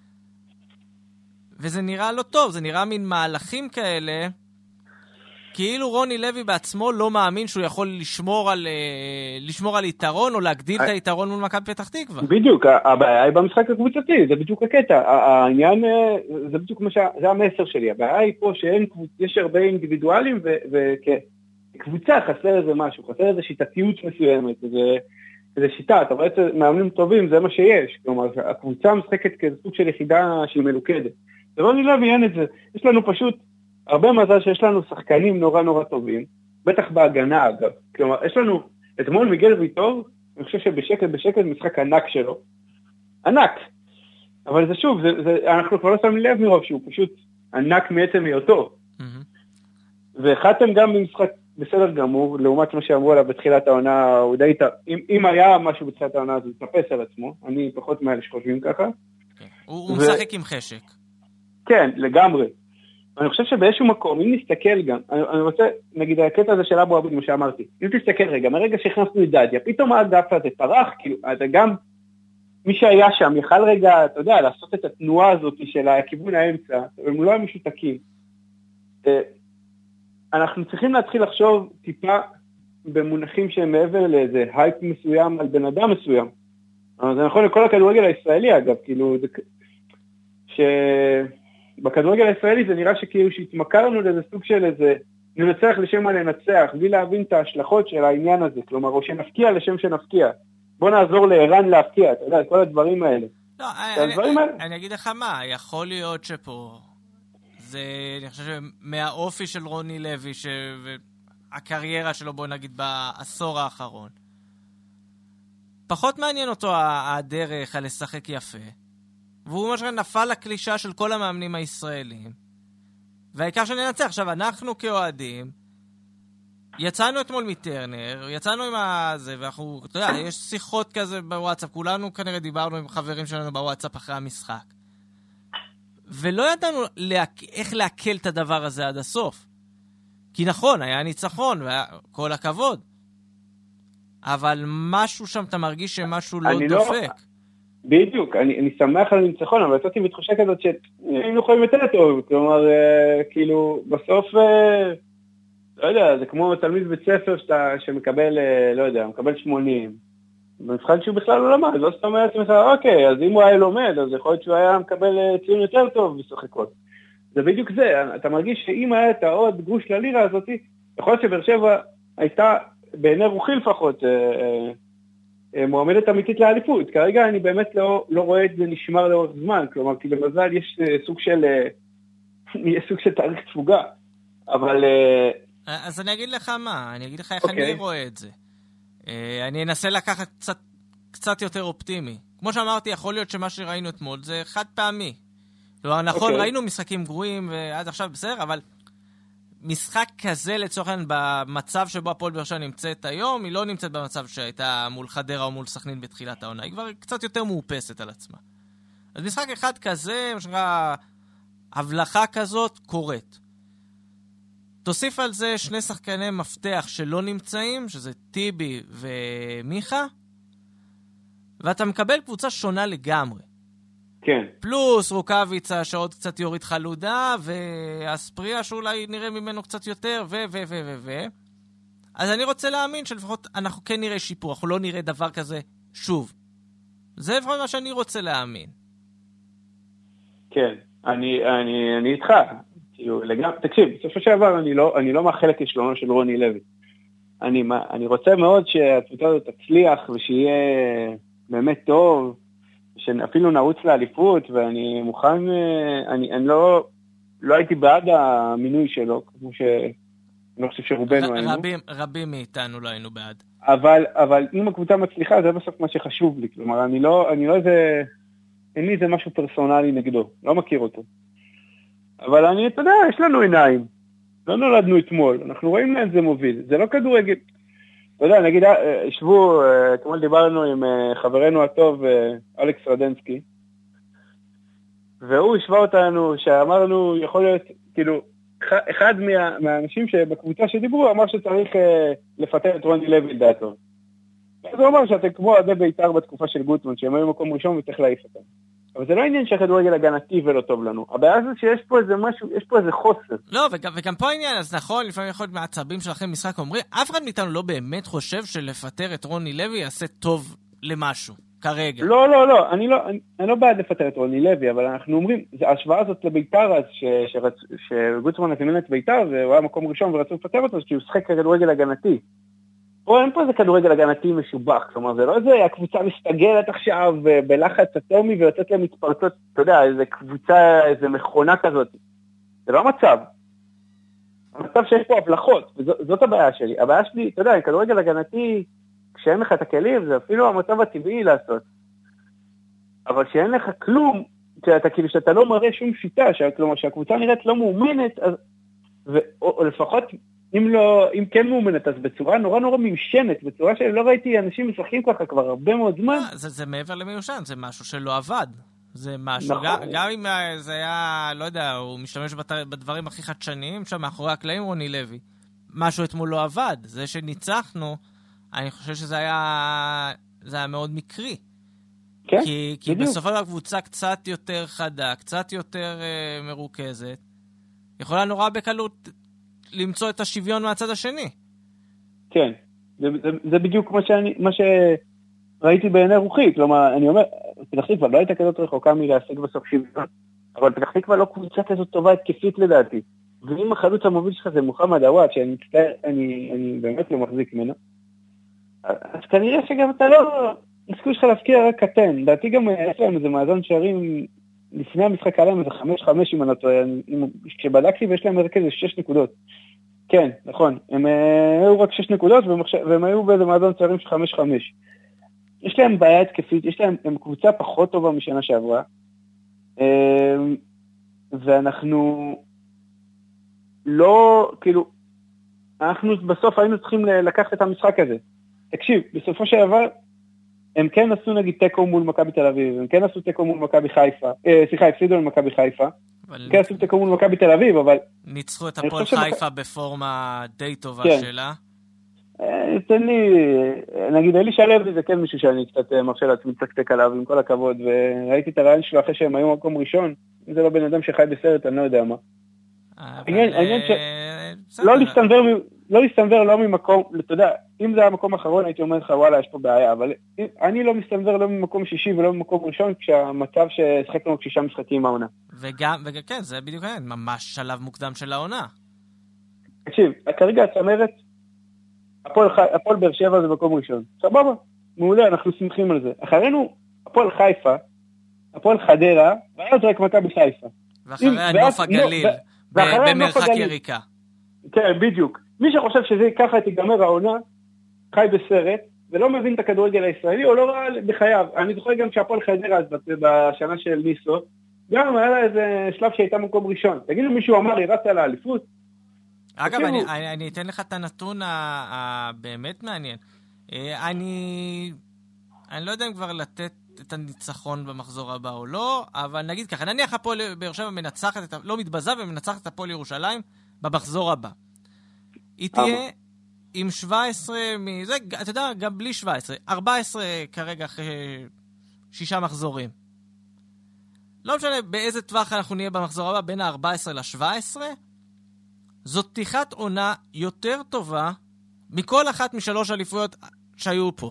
S1: וזה נראה לא טוב, זה נראה מין מהלכים כאלה, כאילו רוני לוי בעצמו לא מאמין שהוא יכול לשמור על, לשמור על יתרון או להגדיל את היתרון מול מכבי פתח תקווה.
S2: בדיוק, הבעיה היא במשחק הקבוצתי, זה בדיוק הקטע. העניין, זה בדיוק מה ש... זה המסר שלי. הבעיה היא פה שאין, יש הרבה אינדיבידואלים וכקבוצה חסר איזה משהו, חסר איזה שיטתיות מסוימת, איזה שיטה, אתה רואה את מאמנים טובים, זה מה שיש. כלומר, הקבוצה משחקת כסוג של יחידה שהיא מלוכדת. ורוני לוי אין את זה. יש לנו פשוט הרבה מזל שיש לנו שחקנים נורא נורא טובים, בטח בהגנה אגב. כלומר, יש לנו אתמול מיגל ויטור, אני חושב שבשקט בשקט משחק ענק שלו. ענק. אבל זה שוב, זה, זה, אנחנו כבר לא שמים לב מרוב שהוא פשוט ענק מעצם היותו. Mm-hmm. והחלטתם גם במשחק בסדר גמור, לעומת מה שאמרו עליו בתחילת העונה, הוא די, אם, אם היה משהו בתחילת העונה, אז הוא יתאפס על עצמו, אני פחות מאלה שחושבים ככה.
S1: כן. הוא, הוא ו... משחק עם חשק.
S2: כן, לגמרי. אני חושב שבאיזשהו מקום, אם נסתכל גם, אני, אני רוצה, נגיד, הקטע הזה של אבו עביד, כמו שאמרתי, אם תסתכל רגע, מהרגע שהכנסנו את דדיה, פתאום האגף הזה פרח, כאילו, אתה גם, מי שהיה שם, יכל רגע, אתה יודע, לעשות את התנועה הזאת של הכיוון האמצע, הם לא היו משותקים. אנחנו צריכים להתחיל לחשוב טיפה במונחים שהם מעבר לאיזה הייפ מסוים על בן אדם מסוים. אבל זה נכון לכל הכדורגל הישראלי, אגב, כאילו, זה, שבכדורגל הישראלי זה נראה שכאילו שהתמכרנו לאיזה סוג של איזה, ננצח לשם מה לנצח, בלי להבין את ההשלכות של העניין הזה, כלומר, או שנפקיע לשם שנפקיע. בוא נעזור לאיראן להפקיע, אתה יודע, כל הדברים האלה.
S1: לא, אני, אני, האלה. אני אגיד לך מה, יכול להיות שפה, זה, אני חושב שמהאופי של רוני לוי, שהקריירה שלו, בוא נגיד, בעשור האחרון, פחות מעניין אותו הדרך על לשחק יפה, והוא ממש נפל לקלישה של כל המאמנים הישראלים, והעיקר שננצח. עכשיו, אנחנו כאוהדים, יצאנו אתמול מטרנר, יצאנו עם הזה, ואנחנו, אתה יודע, יש שיחות כזה בוואטסאפ, כולנו כנראה דיברנו עם חברים שלנו בוואטסאפ אחרי המשחק. ולא ידענו להק... איך להקל את הדבר הזה עד הסוף. כי נכון, היה ניצחון, וכל הכבוד. אבל משהו שם, אתה מרגיש שמשהו לא דופק. לא...
S2: בדיוק, אני, אני שמח על הניצחון, אבל יצאתי בתחושה כזאת שהיינו יכולים יותר טוב. כלומר, אה, כאילו, בסוף... אה... לא יודע, זה כמו תלמיד בית ספר שאתה, שמקבל, לא יודע, מקבל שמונים. במבחן שהוא בכלל לא למד, לא סתם היה עצמך, אוקיי, אז אם הוא היה לומד, אז יכול להיות שהוא היה מקבל ציון יותר טוב בסך הכל. זה בדיוק זה, אתה מרגיש שאם היה את העוד גרוש ללירה הזאת, יכול להיות שבאר שבע הייתה, בעיני רוחי לפחות, אה, אה, מועמדת אמיתית לאליפות. כרגע אני באמת לא, לא רואה את זה נשמר לאורך זמן, כלומר, כי במזל יש אה, סוג של, אה, יש סוג של תאריך תפוגה, אבל... אה,
S1: אז אני אגיד לך מה, אני אגיד לך איך okay. אני רואה את זה. Uh, אני אנסה לקחת קצת, קצת יותר אופטימי. כמו שאמרתי, יכול להיות שמה שראינו אתמול זה חד פעמי. לא, נכון, okay. ראינו משחקים גרועים ועד עכשיו בסדר, אבל משחק כזה לצורך העניין במצב שבו הפועל באר שבע נמצאת היום, היא לא נמצאת במצב שהייתה מול חדרה או מול סכנין בתחילת העונה. היא כבר קצת יותר מאופסת על עצמה. אז משחק אחד כזה, מה שנקרא, הבלחה כזאת קורית. תוסיף על זה שני שחקני מפתח שלא נמצאים, שזה טיבי ומיכה, ואתה מקבל קבוצה שונה לגמרי.
S2: כן.
S1: פלוס רוקאביצה שעוד קצת יוריד חלודה, והספריה שאולי נראה ממנו קצת יותר, ו ו ו ו ו אז אני רוצה להאמין שלפחות אנחנו כן נראה שיפור, אנחנו לא נראה דבר כזה שוב. זה לפחות מה שאני רוצה להאמין.
S2: כן, אני, אני, אני איתך. תקשיב, בסופו של דבר אני לא, אני לא מאחל לכישלונו של רוני לוי. אני, אני רוצה מאוד שהקבוצה הזאת תצליח ושיהיה באמת טוב, שאפילו נרוץ לאליפות, ואני מוכן, אני, אני לא, לא הייתי בעד המינוי שלו, כמו ש... אני לא חושב שרובנו היינו.
S1: רבים, רבים מאיתנו לא היינו בעד.
S2: אבל, אבל אם הקבוצה מצליחה, זה בסוף מה שחשוב לי. כלומר, אני לא, אני לא איזה, אין לי איזה משהו פרסונלי נגדו, לא מכיר אותו. אבל אני, אתה יודע, יש לנו עיניים. לא נולדנו אתמול, אנחנו רואים לאן זה מוביל. זה לא כדורגל. אתה יודע, נגיד, ישבו, אתמול דיברנו עם חברנו הטוב, אלכס רדנסקי, והוא ישבה אותנו, שאמרנו, יכול להיות, כאילו, אחד מה, מהאנשים שבקבוצה שדיברו, אמר שצריך לפטר את רוני לוי לדעתו. אז הוא אמר שאתם כמו עדי בית"ר בתקופה של גוטמן, שהם היו מקום ראשון וצריך להעיף אותם. אבל זה לא עניין שהכדורגל הגנתי ולא טוב לנו. הבעיה זה שיש פה איזה משהו, יש פה איזה חוסר.
S1: לא, וגם, וגם פה העניין, אז נכון, לפעמים יכול להיות מהעצבים שלכם משחק אומרים, אף אחד מאיתנו לא באמת חושב שלפטר את רוני לוי יעשה טוב למשהו, כרגע.
S2: לא, לא, לא, אני לא, אני, אני לא בעד לפטר את רוני לוי, אבל אנחנו אומרים, ההשוואה הזאת לבית"ר, אז שגוטמן הזמין את בית"ר, והוא היה מקום ראשון ורצו לפטר אותו, שהוא שחק כדורגל הגנתי. פה אין פה איזה כדורגל הגנתי משובח, כלומר זה לא איזה הקבוצה מסתגלת עכשיו בלחץ אטומי ויוצאת להם מתפרצות, אתה יודע, איזה קבוצה, איזה מכונה כזאת. זה לא המצב. המצב שיש פה הבלחות, וזאת הבעיה שלי. הבעיה שלי, אתה יודע, כדורגל הגנתי, כשאין לך את הכלים, זה אפילו המצב הטבעי לעשות. אבל כשאין לך כלום, שאתה כאילו שאתה לא מראה שום שיטה, כלומר שהקבוצה נראית לא מאומנת, אז או לפחות, אם לא, אם כן מאומנת, אז בצורה נורא נורא מיושנת, בצורה שלא ראיתי אנשים משחקים ככה כבר הרבה מאוד זמן.
S1: זה, זה מעבר למיושן, זה משהו שלא עבד. זה משהו,
S2: נכון.
S1: גם, גם אם זה היה, לא יודע, הוא משתמש בדברים הכי חדשניים, שם מאחורי הקלעים רוני לוי. משהו אתמול לא עבד. זה שניצחנו, אני חושב שזה היה, זה היה מאוד מקרי.
S2: כן,
S1: כי, כי בסופו של דבר קבוצה קצת יותר חדה, קצת יותר uh, מרוכזת, יכולה נורא בקלות למצוא את השוויון מהצד השני.
S2: כן, זה, זה, זה בדיוק מה, שאני, מה שראיתי בעיני רוחי. כלומר, אני אומר, פתח תקווה לא הייתה כזאת רחוקה מלהשיג בסוף שוויון, אבל פתח תקווה לא קבוצה כזאת טובה התקפית לדעתי. ואם החלוץ המוביל שלך זה מוחמד עוואד, שאני מצטער, אני, אני באמת לא מחזיק ממנו, אז כנראה שגם אתה לא, הסיכוי שלך להפקיע רק קטן. לדעתי גם יש להם איזה מאזן שערים לפני המשחק עליהם, איזה חמש חמש אם אני לא טועה, כשבדקתי ויש להם איזה כזה שש נקודות. כן, נכון, הם היו רק שש נקודות והם היו באיזה מאזן שערים של חמש חמש. יש להם בעיה התקפית, יש להם, הם קבוצה פחות טובה משנה שעברה, ואנחנו לא, כאילו, אנחנו בסוף היינו צריכים לקחת את המשחק הזה. תקשיב, בסופו של דבר, הם כן עשו נגיד טקו מול מכבי תל אביב, הם כן עשו טקו מול מכבי חיפה, אה, סליחה, הפסידו למכבי חיפה, הם כן עשו טקו מול מכבי תל אביב, אבל...
S1: ניצחו את הפועל חיפה שמק... בפורמה די טובה
S2: כן.
S1: שלה.
S2: אה, תן לי, נגיד, אלי שלב זה כן מישהו שאני קצת מרשה לעצמי צקצק עליו, עם כל הכבוד, וראיתי את הרעיון שלו אחרי שהם היו מקום ראשון, אם זה לא בן אדם שחי בסרט, אני לא יודע מה. העניין, העניין ש... לא להסתנבר, לא להסתנבר לא ממקום, אתה יודע, אם זה היה מקום אחרון הייתי אומר לך וואלה יש פה בעיה, אבל אני לא מסתנבר לא ממקום שישי ולא ממקום ראשון כשהמצב ששחק לנו כשישה משחקים מהעונה.
S1: וגם, וכן, זה בדיוק ממש שלב מוקדם של העונה.
S2: תקשיב, כרגע הצמרת, הפועל באר שבע זה מקום ראשון. סבבה, מעולה, אנחנו שמחים על זה. אחרינו, הפועל חיפה, הפועל חדרה, ואז רק מכבי חיפה.
S1: ואחריה נוף הגליל. במרחק יריקה.
S2: כן, בדיוק. מי שחושב שזה ככה תיגמר העונה, חי בסרט, ולא מבין את הכדורגל הישראלי, או לא ראה בחייו. אני זוכר גם שהפועל חדרה בשנה של ניסו, גם היה לה איזה שלב שהייתה מקום ראשון. תגידו, מישהו אמר, היא רצה לאליפות?
S1: אגב, אני, אני, אני אתן לך את הנתון הבאמת מעניין. אני, אני לא יודע אם כבר לתת את הניצחון במחזור הבא או לא, אבל נגיד ככה, נניח הפועל באר שבע מנצחת, את, לא מתבזה ומנצחת את הפועל ירושלים במחזור הבא. היא תהיה עם שבע עשרה, מזה, אתה יודע, גם בלי שבע עשרה, ארבע עשרה כרגע אחרי שישה מחזורים. לא משנה באיזה טווח אנחנו נהיה במחזור הבא, בין ה-ארבע עשרה ל-שבע עשרה, זאת פתיחת עונה יותר טובה מכל אחת משלוש אליפויות שהיו פה.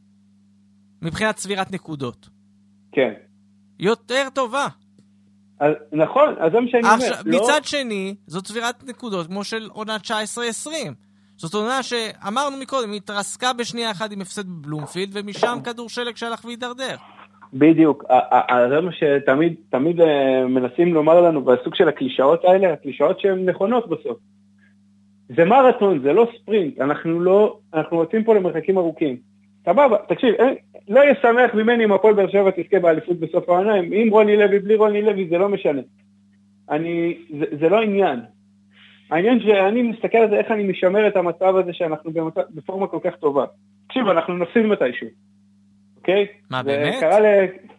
S1: מבחינת צבירת נקודות.
S2: כן.
S1: יותר טובה.
S2: אז, נכון, אז זה מה שאני אומר.
S1: מצד לא... שני, זאת צבירת נקודות כמו של עונה תשע עשרה עשרים. זאת עונה שאמרנו מקודם, היא התרסקה בשנייה אחת עם הפסד בבלומפילד, ומשם כדור שלג שהלך והידרדר.
S2: בדיוק. זה מה שתמיד תמיד מנסים לומר לנו בסוג של הקלישאות האלה, הקלישאות שהן נכונות בסוף. זה מרתון, זה לא ספרינט. אנחנו לא, אנחנו רוצים פה למרחקים ארוכים. סבבה, תקשיב, לא יהיה שמח ממני אם הפועל באר שבע תזכה באליפות בסוף העונה, אם רוני לוי, בלי רוני לוי, זה לא משנה. אני, זה, זה לא עניין. העניין שאני מסתכל על זה, איך אני משמר את המצב הזה שאנחנו במצב, בפורמה כל כך טובה. תקשיב, אנחנו נפסיד מתישהו. אוקיי?
S1: מה, באמת?
S2: קרה ל...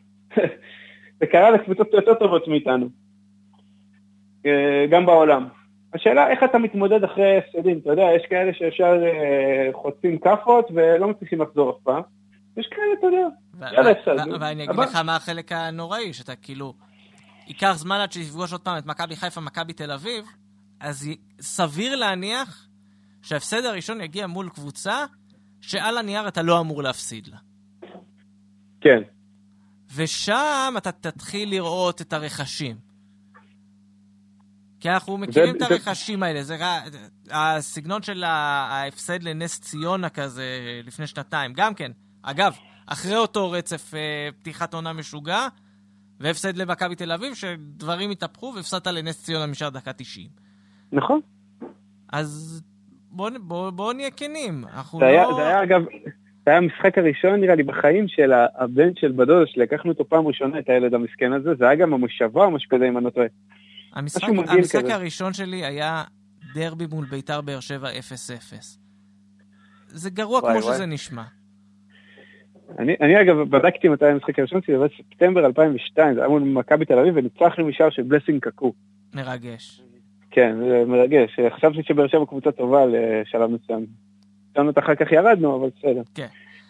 S2: זה קרה לקבוצות יותר טובות מאיתנו. גם בעולם. השאלה, איך אתה מתמודד אחרי הפסדים? אתה יודע, יש כאלה שאפשר חוצים כפות ולא מצליחים לחזור אף פעם. יש כאלה, אתה יודע.
S1: ואני אגיד לך מה החלק הנוראי, שאתה כאילו, ייקח זמן עד שתפגוש עוד פעם את מכבי חיפה, מכבי תל אביב, אז סביר להניח שההפסד הראשון יגיע מול קבוצה שעל הנייר אתה לא אמור להפסיד לה.
S2: כן.
S1: ושם אתה תתחיל לראות את הרכשים. כי אנחנו מכירים את הרכשים האלה. זה הסגנון של ההפסד לנס ציונה כזה לפני שנתיים. גם כן. אגב, אחרי אותו רצף פתיחת עונה משוגע, והפסד למכבי תל אביב, שדברים התהפכו והפסדת לנס ציונה משאר דקה תשעים.
S2: נכון.
S1: אז בואו בוא, בוא נהיה כנים.
S2: זה, לא... היה, זה היה אגב... זה היה המשחק הראשון, נראה לי, בחיים של הבן של בדוד, שלקחנו אותו פעם ראשונה, את הילד המסכן הזה, זה היה גם המושבה או משהו כזה, אם אני לא טועה.
S1: המשחק, המשחק הראשון שלי היה דרבי מול ביתר באר שבע אפס אפס. זה גרוע
S2: וואי,
S1: כמו
S2: וואי.
S1: שזה נשמע.
S2: אני, אני אגב בדקתי מתי המשחק הראשון שלי, זה ספטמבר אלפיים ושתיים, זה היה מול מכבי תל אביב, וניצחנו משער של בלסינג קקו.
S1: מרגש.
S2: כן, זה מרגש. חשבתי שבאר שבע קבוצה טובה לשלב מסוים. שמת אחר כך ירדנו, אבל בסדר.
S1: כן.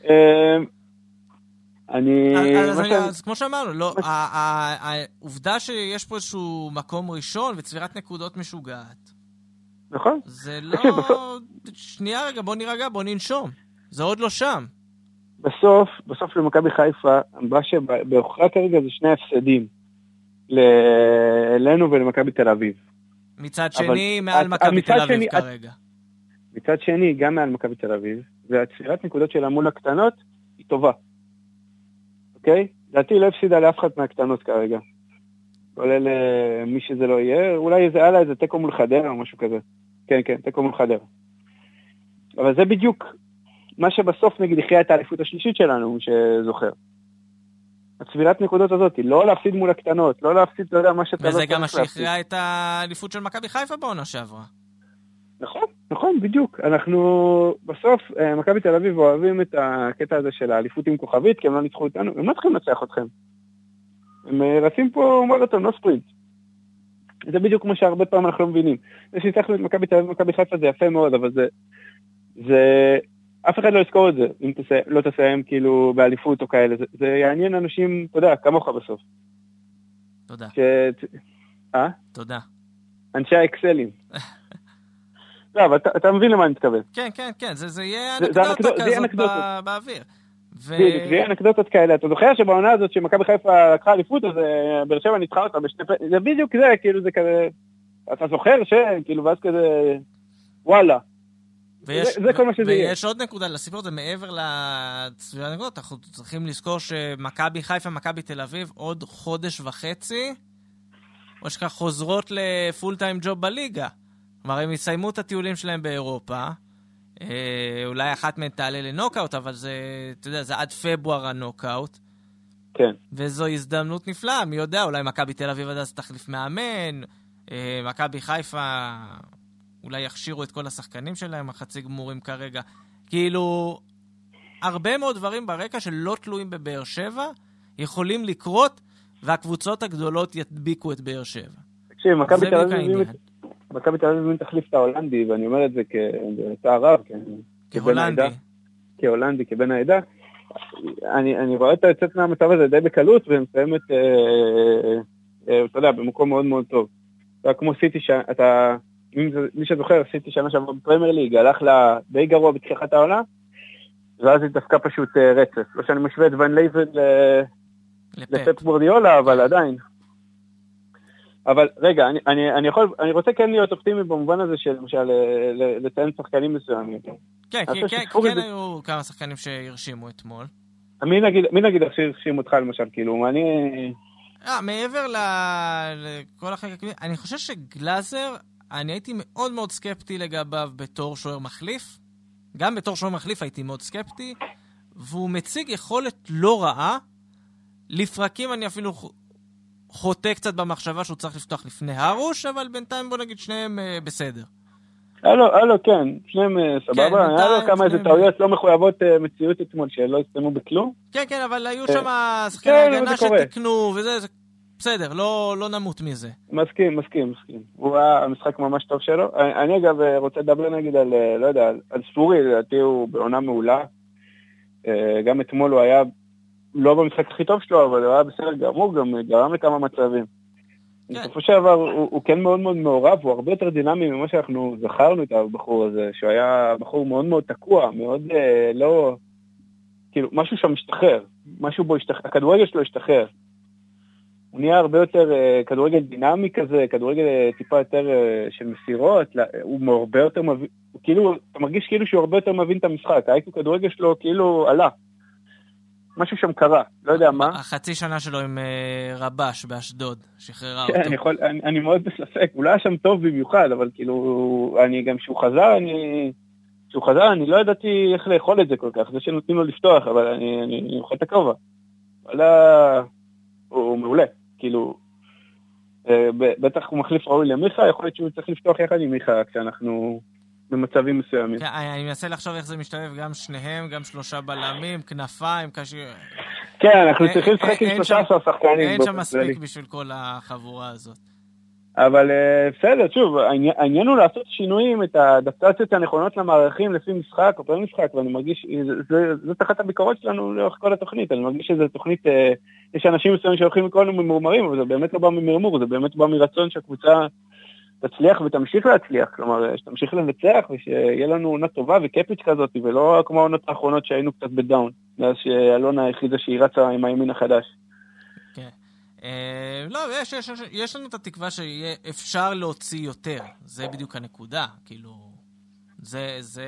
S2: אני...
S1: אז, אני, אז כמו שאמרנו, לא, העובדה שיש פה איזשהו מקום ראשון וצבירת נקודות משוגעת.
S2: נכון.
S1: זה לא... שנייה רגע, בוא נרגע, בוא ננשום. זה עוד לא שם.
S2: בסוף, בסוף למכבי חיפה, אמרה שבאוכרה כרגע זה שני הפסדים. אלינו ולמכבי תל אביב.
S1: מצד שני, מעל מכבי תל אביב כרגע.
S2: מצד שני, גם מעל מכבי תל אביב, והצבירת נקודות שלה מול הקטנות היא טובה. אוקיי? דעתי לא הפסידה לאף אחד מהקטנות כרגע. כולל מי שזה לא יהיה, אולי זה עלה איזה תיקו מול חדרה או משהו כזה. כן, כן, תיקו מול חדרה. אבל זה בדיוק מה שבסוף נגיד יחיה את האליפות השלישית שלנו, שזוכר. הצבירת נקודות הזאת היא לא להפסיד מול הקטנות, לא להפסיד, אתה יודע, מה שאתה לא צריך
S1: להפסיד. וזה גם מה שהכריע את האליפות של מכבי חיפה בעונה שעברה.
S2: נכון, נכון, בדיוק. אנחנו בסוף, מכבי תל אביב אוהבים את הקטע הזה של האליפות עם כוכבית, כי הם לא ניצחו אותנו, הם לא צריכים לנצח אתכם. הם רצים פה מרתון, לא ספרינט. זה בדיוק כמו שהרבה פעמים אנחנו לא מבינים. זה שניצחנו את מכבי תל אביב ומכבי חיפה זה יפה מאוד, אבל זה, זה, אף אחד לא יזכור את זה, אם תסיים, לא תסיים כאילו באליפות או כאלה. זה, זה יעניין אנשים, אתה יודע, כמוך בסוף.
S1: תודה.
S2: ש... אה?
S1: תודה.
S2: אנשי האקסלים. לא, אבל אתה, אתה מבין למה אני מתכוון.
S1: כן, כן, כן, זה, זה יהיה אנקדוטה כזאת בא, באוויר.
S2: ו... זה יהיה אנקדוטות כאלה. אתה זוכר שבעונה הזאת שמכבי חיפה לקחה אליפות, אז באר שבע ניצחה אותה בשני פ... זה בדיוק זה, כאילו זה כזה... אתה זוכר שכאילו ואז כזה... וואלה.
S1: ויש,
S2: זה, זה כל מה שזה יהיה.
S1: ויש עוד נקודה לסיפור הזה, מעבר לסביבה הנקודות, אנחנו צריכים לזכור שמכבי חיפה, מכבי תל אביב, עוד חודש וחצי, או שכך חוזרות לפול טיים ג'וב בליגה. כלומר, הם יסיימו את הטיולים שלהם באירופה, אה, אולי אחת מהן תעלה לנוקאוט, אבל זה, אתה יודע, זה עד פברואר הנוקאוט.
S2: כן.
S1: וזו הזדמנות נפלאה, מי יודע, אולי מכבי תל אביב עד אז תחליף מאמן, אה, מכבי חיפה אולי יכשירו את כל השחקנים שלהם, החצי גמורים כרגע. כאילו, הרבה מאוד דברים ברקע שלא תלויים בבאר שבע, יכולים לקרות, והקבוצות הגדולות ידביקו את באר שבע.
S2: תקשיב, מכבי תל אביב מכבי תל אביב תחליף את ההולנדי, ואני אומר את זה כצער רב,
S1: כהולנדי.
S2: כהולנדי, כבן העדה. אני, אני רואה את היצאת מהמצב הזה די בקלות, ומסיימת, אתה יודע, במקום מאוד מאוד טוב. כמו סיטי, אתה, מי שזוכר, סיטי שנה שעברה בפרמייר ליג, הלך לה די גרוע בתחילת העונה, ואז היא דווקא פשוט רצף. לא שאני משווה את ון לייבן לפפ גוורדיולה, אבל עדיין. אבל רגע, אני, אני, אני יכול, אני רוצה כן להיות אופטימי במובן הזה של למשל לציין שחקנים מסוימים.
S1: כן, כי, כן, כן היו כמה שחקנים שהרשימו אתמול.
S2: מי נגיד, מי נגיד שהרשימו אותך למשל, כאילו, אני...
S1: אה, מעבר לכל החלקים, אני חושב שגלאזר, אני הייתי מאוד מאוד סקפטי לגביו בתור שוער מחליף. גם בתור שוער מחליף הייתי מאוד סקפטי, והוא מציג יכולת לא רעה. לפרקים אני אפילו חוטא קצת במחשבה שהוא צריך לפתוח לפני הרוש, אבל בינתיים בוא נגיד שניהם אה, בסדר. הלו,
S2: הלו, כן, שניהם סבבה. כן, היה לו כמה איזה טעויות לא מחויבות uh, מציאות אתמול, שלא הסתיימו בכלום.
S1: כן, כן, אבל היו שם שחקני הגנה שתקנו, וזה, זה בסדר, לא, לא נמות מזה.
S2: מסכים, מסכים, מסכים. הוא היה המשחק ממש טוב שלו. אני, אני אגב רוצה לדבר נגיד על, לא יודע, על, על ספורי, לדעתי הוא בעונה מעולה. Uh, גם אתמול הוא היה לא במשחק הכי טוב שלו, אבל הוא היה בסדר גמור, גם גרם לכמה מצבים. בסופו של דבר, הוא, הוא כן מאוד מאוד מעורב, הוא הרבה יותר דינמי ממה שאנחנו זכרנו את הבחור הזה, שהוא היה בחור מאוד מאוד תקוע, מאוד אה, לא... כאילו, משהו שם משתחרר, משהו בו השתחרר, הכדורגל שלו השתחרר. הוא נהיה הרבה יותר אה, כדורגל דינמי כזה, כדורגל אה, טיפה יותר אה, של מסירות, לא, הוא הרבה יותר מבין, הוא כאילו, אתה מרגיש כאילו שהוא הרבה יותר מבין את המשחק, האיקו כדורגל שלו כאילו עלה. משהו שם קרה, לא יודע מה.
S1: החצי שנה שלו עם רבש באשדוד, שחררה
S2: כן,
S1: אותו.
S2: אני, יכול, אני, אני מאוד בספק, הוא לא היה שם טוב במיוחד, אבל כאילו, אני גם שהוא חזר, אני, שהוא חזר, אני לא ידעתי איך לאכול את זה כל כך, זה שנותנים לו לפתוח, אבל אני, אני, אני אוכל את הכובע. אבל הוא, הוא מעולה, כאילו, בטח הוא מחליף ראוי למיכה, יכול להיות שהוא צריך לפתוח יחד עם מיכה כשאנחנו במצבים מסוימים.
S1: אני מנסה לחשוב איך זה משתלב, גם שניהם, גם שלושה בלמים, כנפיים, קשה...
S2: כן, אנחנו צריכים לשחק עם שלושה עשר שחקנים.
S1: אין שם מספיק בשביל כל החבורה הזאת. אבל
S2: בסדר, שוב, העניין הוא לעשות שינויים, את האדפטציות הנכונות למערכים לפי משחק או פעם משחק, ואני מרגיש, זאת אחת הביקורות שלנו לאורך כל התוכנית, אני מרגיש שזו תוכנית, יש אנשים מסוימים שהולכים לקרוא לנו ממורמרים, אבל זה באמת לא בא ממרמור, זה באמת בא מרצון שהקבוצה תצליח ותמשיך להצליח, כלומר, שתמשיך לנצח ושיהיה לנו עונה טובה וקפיץ' כזאת, ולא כמו העונות האחרונות שהיינו קצת בדאון, אז שאלונה היחידה שהיא רצה עם הימין החדש.
S1: כן. לא, יש, יש, יש לנו את התקווה שיהיה אפשר להוציא יותר. זה בדיוק הנקודה. כאילו, זה, זה,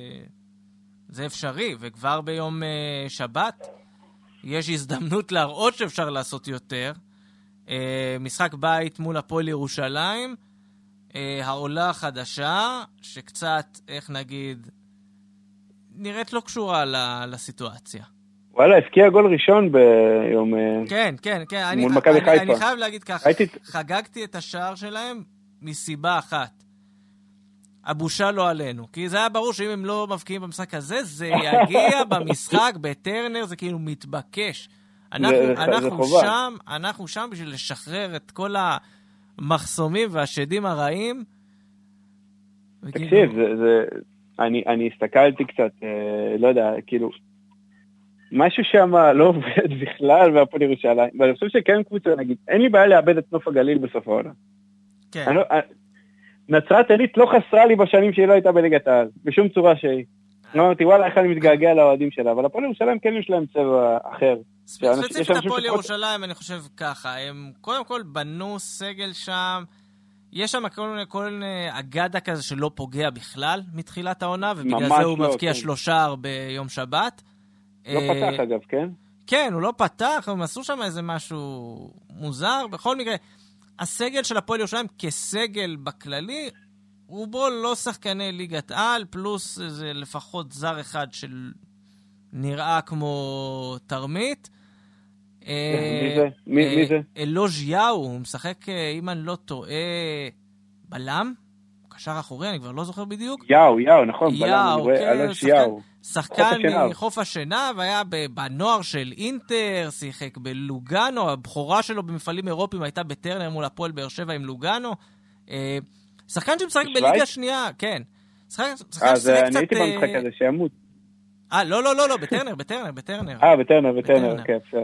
S1: זה אפשרי, וכבר ביום שבת יש הזדמנות להראות שאפשר לעשות יותר. משחק בית מול הפועל ירושלים, העולה החדשה, שקצת, איך נגיד, נראית לא קשורה לסיטואציה.
S2: וואלה, הפקיע גול ראשון ביום...
S1: כן, כן, כן.
S2: מול מכבי חיפה.
S1: אני חייב להגיד ככה, חגגתי את השער שלהם מסיבה אחת. הבושה לא עלינו. כי זה היה ברור שאם הם לא מבקיעים במשחק הזה, זה יגיע במשחק בטרנר, זה כאילו מתבקש. אנחנו שם, אנחנו שם בשביל לשחרר את כל המחסומים והשדים הרעים.
S2: תקשיב, אני הסתכלתי קצת, לא יודע, כאילו... משהו שם לא עובד בכלל והפועל ירושלים, ואני חושב שכן קבוצה, נגיד, אין לי בעיה לאבד את נוף הגליל בסוף העונה.
S1: כן.
S2: לא, נצרת עילית לא חסרה לי בשנים שהיא לא הייתה בליגת העל, בשום צורה שהיא. לא אמרתי, וואלה, איך אני מתגעגע לאוהדים שלה, אבל הפועל ירושלים כן יש להם צבע אחר.
S1: ספציפית הפועל ירושלים, אני חושב ככה, הם קודם כל בנו סגל שם, יש שם כל מיני אגדה כזה שלא פוגע בכלל מתחילת העונה, ובגלל זה הוא מבקיע שלושה ביום שבת.
S2: לא פתח אגב, כן?
S1: כן, הוא לא פתח, הם עשו שם איזה משהו מוזר. בכל מקרה, הסגל של הפועל ירושלים כסגל בכללי, הוא בו לא שחקני ליגת על, פלוס איזה לפחות זר אחד של נראה כמו תרמית.
S2: מי זה? מי זה?
S1: אלוז' יאו, הוא משחק, אם אני לא טועה, בלם? קשר אחורי, אני כבר לא זוכר בדיוק.
S2: יאו, יאו, נכון,
S1: יאו,
S2: בלם, אלוז' יאו.
S1: שחקן מחוף השינה, והיה בנוער של אינטר, שיחק בלוגאנו, הבחורה שלו במפעלים אירופיים הייתה בטרנר מול הפועל באר שבע עם לוגאנו. שחקן שמשחק בליגה שנייה, כן.
S2: אז אני הייתי במשחק הזה, שימות.
S1: אה, לא, לא, לא, לא, בטרנר, בטרנר, בטרנר.
S2: אה, בטרנר, בטרנר, כן, בסדר.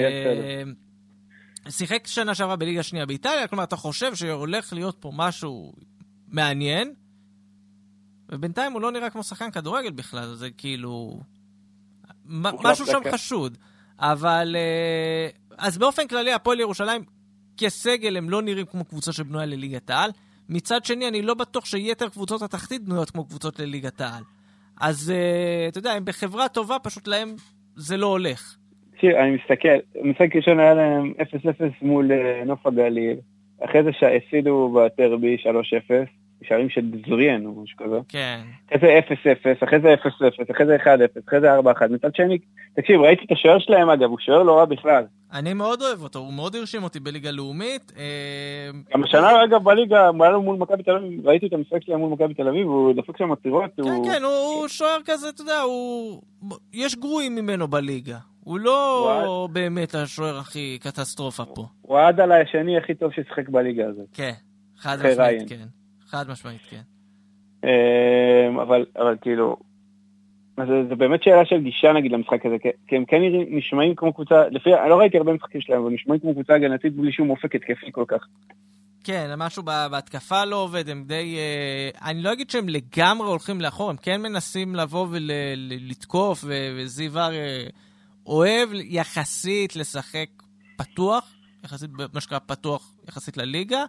S1: שיחק שנה שעברה בליגה שנייה באיטליה, כלומר, אתה חושב שהולך להיות פה משהו מעניין, ובינתיים הוא לא נראה כמו שחקן כדורגל בכלל, זה כאילו... משהו שם חשוד. אבל... אז באופן כללי, הפועל ירושלים, כסגל, הם לא נראים כמו קבוצה שבנויה לליגת העל. מצד שני, אני לא בטוח שיתר קבוצות התחתית בנויות כמו קבוצות לליגת העל. אז, אתה יודע, הם בחברה טובה, פשוט להם זה לא הולך.
S2: תראה, אני מסתכל, משחק ראשון היה להם אפס אפס מול נוף הגליל. אחרי זה שהפסידו בטרבי שלוש אפס. שערים של זוריאן או משהו כזה.
S1: כן.
S2: אחרי זה אפס אפס, אחרי זה אפס אפס, אחרי זה אחד אפס, אחרי זה ארבע אחת. מצד שני, תקשיב, ראיתי את השוער שלהם אגב, הוא שוער לא רע בכלל.
S1: אני מאוד אוהב אותו, הוא מאוד הרשים אותי בליגה לאומית.
S2: גם השנה אגב בליגה, מול מכבי תל אביב, ראיתי את המשחק שלהם מול מכבי תל אביב, הוא דפק שם מצירות.
S1: כן, כן, הוא שוער כזה, אתה יודע, יש גרועים ממנו בליגה. הוא לא באמת השוער הכי קטסטרופה פה. הוא
S2: עד על השני הכי טוב ששחק בליגה הזאת.
S1: כן, חד משמעית, כן. חד משמעית, כן.
S2: אבל, אבל כאילו, זה באמת שאלה של גישה נגיד למשחק הזה, כי הם כן נשמעים כמו קבוצה, לפי, אני לא ראיתי הרבה משחקים שלהם, אבל נשמעים כמו קבוצה הגנתית בלי שום אופק התקפי כל כך.
S1: כן, משהו בהתקפה לא עובד, הם די, אני לא אגיד שהם לגמרי הולכים לאחור, הם כן מנסים לבוא ולתקוף, וזיוור אוהב יחסית לשחק פתוח, יחסית, מה שקרה פתוח יחסית לליגה,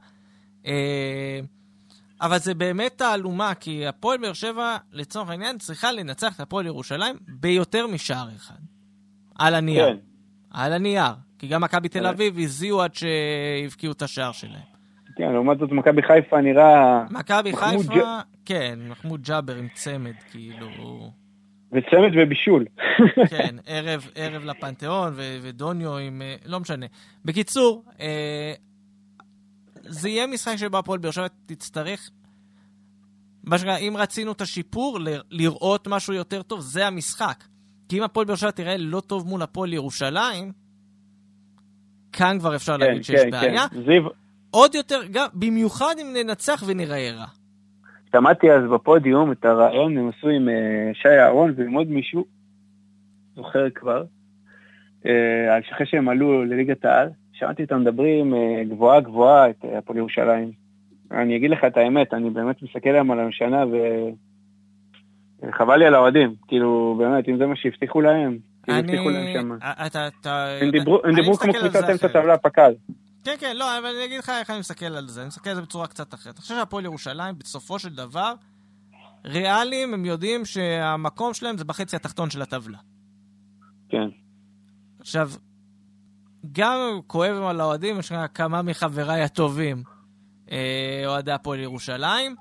S1: אבל זה באמת תעלומה, כי הפועל באר שבע, לצורך העניין, צריכה לנצח את הפועל ירושלים ביותר משער אחד. על הנייר. כן. על הנייר. כי גם מכבי תל אביב הזיעו עד שהבקיעו את השער שלהם.
S2: כן, לעומת זאת מכבי חיפה נראה...
S1: מכבי חיפה, ג'... כן, מחמוד ג'אבר עם צמד, כאילו...
S2: וצמד ובישול.
S1: כן, ערב, ערב לפנתיאון ו- ודוניו עם... לא משנה. בקיצור, אה, זה יהיה משחק שבו הפועל באר שבע תצטרך, אם רצינו את השיפור, לראות משהו יותר טוב, זה המשחק. כי אם הפועל באר שבע תראה לא טוב מול הפועל ירושלים, כאן כבר אפשר להגיד שיש בעיה. עוד יותר, במיוחד אם ננצח ונראה רע.
S2: שמעתי אז בפודיום את הרעיון, הם עשו עם שי אהרון ועם עוד מישהו, זוכר כבר, אחרי שהם עלו לליגת העל, שמעתי אותם מדברים גבוהה גבוהה את הפועל ירושלים. אני אגיד לך את האמת, אני באמת מסתכל להם על המשנה וחבל לי על האוהדים, כאילו באמת, אם זה מה שהבטיחו להם, כאילו הבטיחו להם שם. הם דיברו כמו קבוצת אמצע טבלה פק"ל.
S1: כן, כן, לא, אבל אני אגיד לך איך אני מסתכל על זה, אני מסתכל על זה בצורה קצת אחרת. אני חושב שהפועל ירושלים, בסופו של דבר, ריאליים, הם יודעים שהמקום שלהם זה בחצי התחתון של הטבלה.
S2: כן.
S1: עכשיו, גם כואב על האוהדים, יש כמה מחבריי הטובים, אוהדי הפועל ירושלים.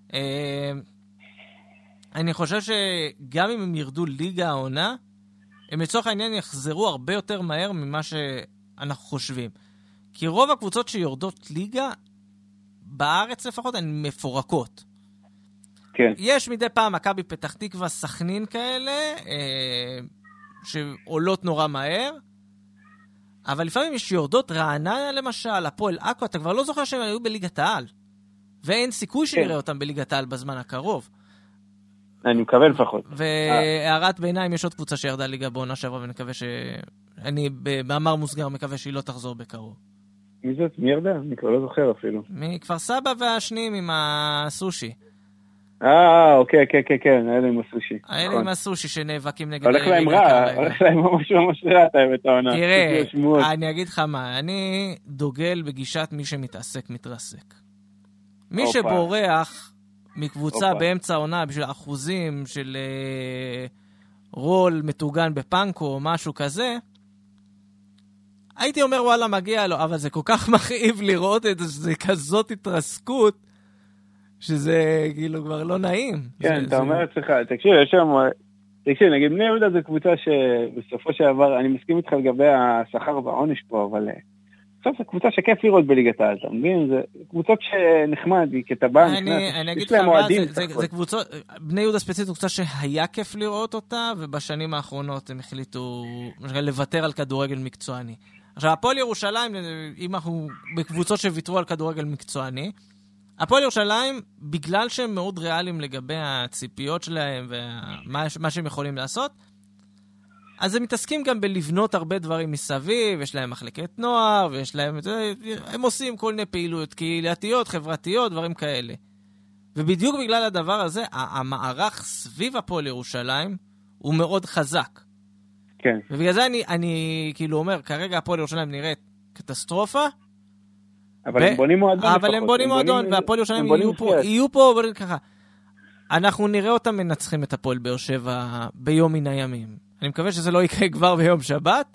S1: אני חושב שגם אם הם ירדו ליגה העונה, הם לצורך העניין יחזרו הרבה יותר מהר ממה שאנחנו חושבים. כי רוב הקבוצות שיורדות ליגה, בארץ לפחות, הן מפורקות.
S2: כן.
S1: יש מדי פעם מכבי פתח תקווה, סכנין כאלה, אה, שעולות נורא מהר, אבל לפעמים יש יורדות רעננה למשל, הפועל עכו, אתה כבר לא זוכר שהם היו בליגת העל, ואין סיכוי שנראה כן. אותם בליגת העל בזמן הקרוב.
S2: אני מקווה לפחות.
S1: והערת ביניים, יש עוד קבוצה שירדה ליגה בעונה שעברה, ונקווה ש... אני במאמר מוסגר מקווה שהיא לא תחזור בקרוב.
S2: מי זאת? מי ירדה? אני כבר לא זוכר אפילו.
S1: מכפר סבא והשנים עם הסושי.
S2: אה, אוקיי, כן, כן, כן, האלה עם הסושי.
S1: האלה עם הסושי שנאבקים נגד...
S2: הולך להם רע, הולך להם ממש ממש רע, אתה אוהב את העונה.
S1: תראה, אני אגיד לך מה, אני דוגל בגישת מי שמתעסק מתרסק. מי שבורח מקבוצה באמצע העונה בשביל אחוזים של רול מתוגן בפנקו או משהו כזה, הייתי אומר וואלה מגיע לו, אבל זה כל כך מכאיב לראות את זה, שזה כזאת התרסקות, שזה כאילו כבר לא נעים.
S2: כן, אתה אומר אצלך, תקשיב, יש שם, תקשיב, נגיד בני יהודה זו קבוצה שבסופו של דבר, אני מסכים איתך לגבי השכר והעונש פה, אבל בסוף זו קבוצה שכיף לראות בליגת העל, אתה מבין? זה קבוצות שנחמד, כטבע נכנס, יש להם מועדים.
S1: זה קבוצות, בני יהודה ספציפית זו קבוצה שהיה כיף לראות אותה, ובשנים האחרונות הם החליטו לוותר על כדורגל מקצועני. עכשיו, הפועל ירושלים, אם אנחנו בקבוצות שוויתרו על כדורגל מקצועני, הפועל ירושלים, בגלל שהם מאוד ריאליים לגבי הציפיות שלהם ומה שהם יכולים לעשות, אז הם מתעסקים גם בלבנות הרבה דברים מסביב, יש להם מחלקת נוער, ויש להם, הם עושים כל מיני פעילויות קהילתיות, חברתיות, דברים כאלה. ובדיוק בגלל הדבר הזה, המערך סביב הפועל ירושלים הוא מאוד חזק.
S2: כן.
S1: ובגלל זה אני, אני כאילו אומר, כרגע הפועל ירושלים נראית קטסטרופה,
S2: אבל הם בונים מועדון.
S1: אבל הם בונים מועדון, והפועל ירושלים יהיו פה, יהיו פה, ככה. אנחנו נראה אותם מנצחים את הפועל באר שבע ביום מן הימים. אני מקווה שזה לא יקרה כבר ביום שבת.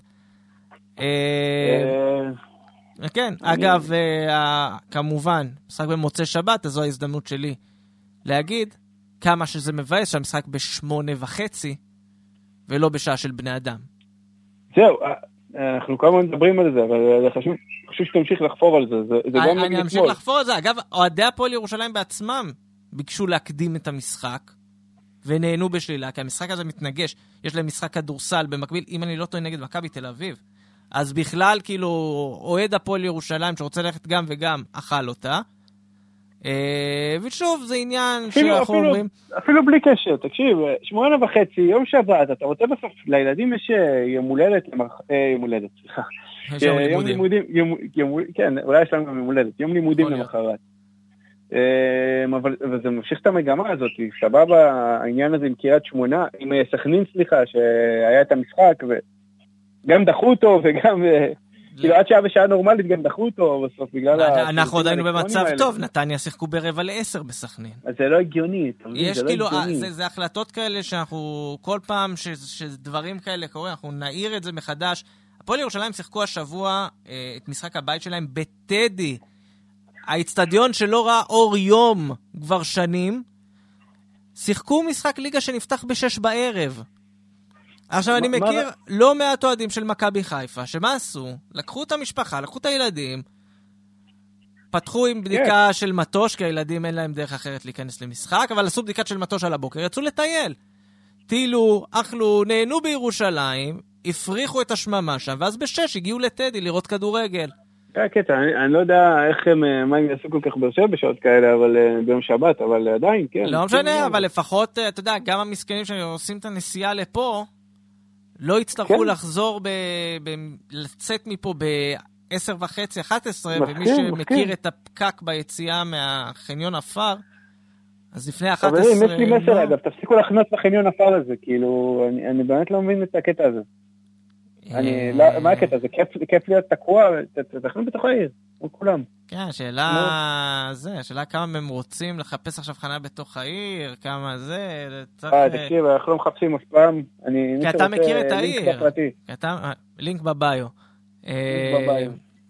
S1: כן, אגב, כמובן, משחק במוצא שבת, אז זו ההזדמנות שלי להגיד כמה שזה מבאס שהמשחק בשמונה וחצי, ולא בשעה של בני אדם.
S2: זהו, אנחנו כמה מדברים על זה, אבל חשוב, חשוב שתמשיך לחפור על זה. זה, זה גם
S1: אני אמשיך לחפור על זה. אגב, אוהדי הפועל ירושלים בעצמם ביקשו להקדים את המשחק, ונהנו בשלילה, כי המשחק הזה מתנגש. יש להם משחק כדורסל במקביל, אם אני לא טועה נגד מכבי תל אביב. אז בכלל, כאילו, אוהד הפועל ירושלים שרוצה ללכת גם וגם, אכל אותה. ושוב, זה עניין שאנחנו אומרים...
S2: אפילו בלי קשר, תקשיב, שמונה וחצי, יום שבת, אתה רוצה בסוף, לילדים יש יום הולדת, יום הולדת, סליחה.
S1: יש יום לימודים.
S2: כן, אולי יש לנו גם יום הולדת, יום לימודים למחרת. אבל זה ממשיך את המגמה הזאת, סבבה, העניין הזה עם קריית שמונה, עם סכנין, סליחה, שהיה את המשחק, וגם דחו אותו, וגם... כאילו עד שעה ושעה נורמלית גם דחו אותו בסוף בגלל...
S1: אנחנו עדיין במצב טוב, נתניה שיחקו ברבע לעשר בסכנין.
S2: אז זה לא הגיוני.
S1: יש כאילו, זה החלטות כאלה שאנחנו כל פעם שדברים כאלה קורים, אנחנו נעיר את זה מחדש. הפועל ירושלים שיחקו השבוע את משחק הבית שלהם בטדי, האצטדיון שלא ראה אור יום כבר שנים, שיחקו משחק ליגה שנפתח בשש בערב. עכשיו אני מכיר לא מעט אוהדים של מכבי חיפה, שמה עשו? לקחו את המשפחה, לקחו את הילדים, פתחו עם בדיקה של מטוש, כי הילדים אין להם דרך אחרת להיכנס למשחק, אבל עשו בדיקת של מטוש על הבוקר, יצאו לטייל. טילו, אכלו, נהנו בירושלים, הפריחו את השממה שם, ואז בשש הגיעו לטדי לראות כדורגל.
S2: כן, קטע, אני, אני לא יודע איך הם, מה הם יעשו כל כך ברשב בשעות כאלה, אבל ביום שבת, אבל עדיין, כן.
S1: לא משנה, אבל לפחות, אתה יודע, גם המסכנים שעושים את הנסיעה לפה, לא יצטרכו לחזור, לצאת מפה ב-עשר וחצי, אחת עשרה, ומי שמכיר את הפקק ביציאה מהחניון אפר, אז לפני אחת עשרה...
S2: חברים, יש לי מסר, אגב, תפסיקו להכנס בחניון אפר הזה, כאילו, אני באמת לא מבין את הקטע הזה. אני, לא, מה הקטע? זה כיף להיות תקוע, תכנו בתוך העיר, כמו כולם.
S1: כן, השאלה זה, השאלה כמה הם רוצים לחפש עכשיו חניה בתוך העיר, כמה זה,
S2: אה, תקשיב, אנחנו לא מחפשים אף פעם,
S1: כי אתה מכיר את העיר, לינק בביו.
S2: לינק בביו.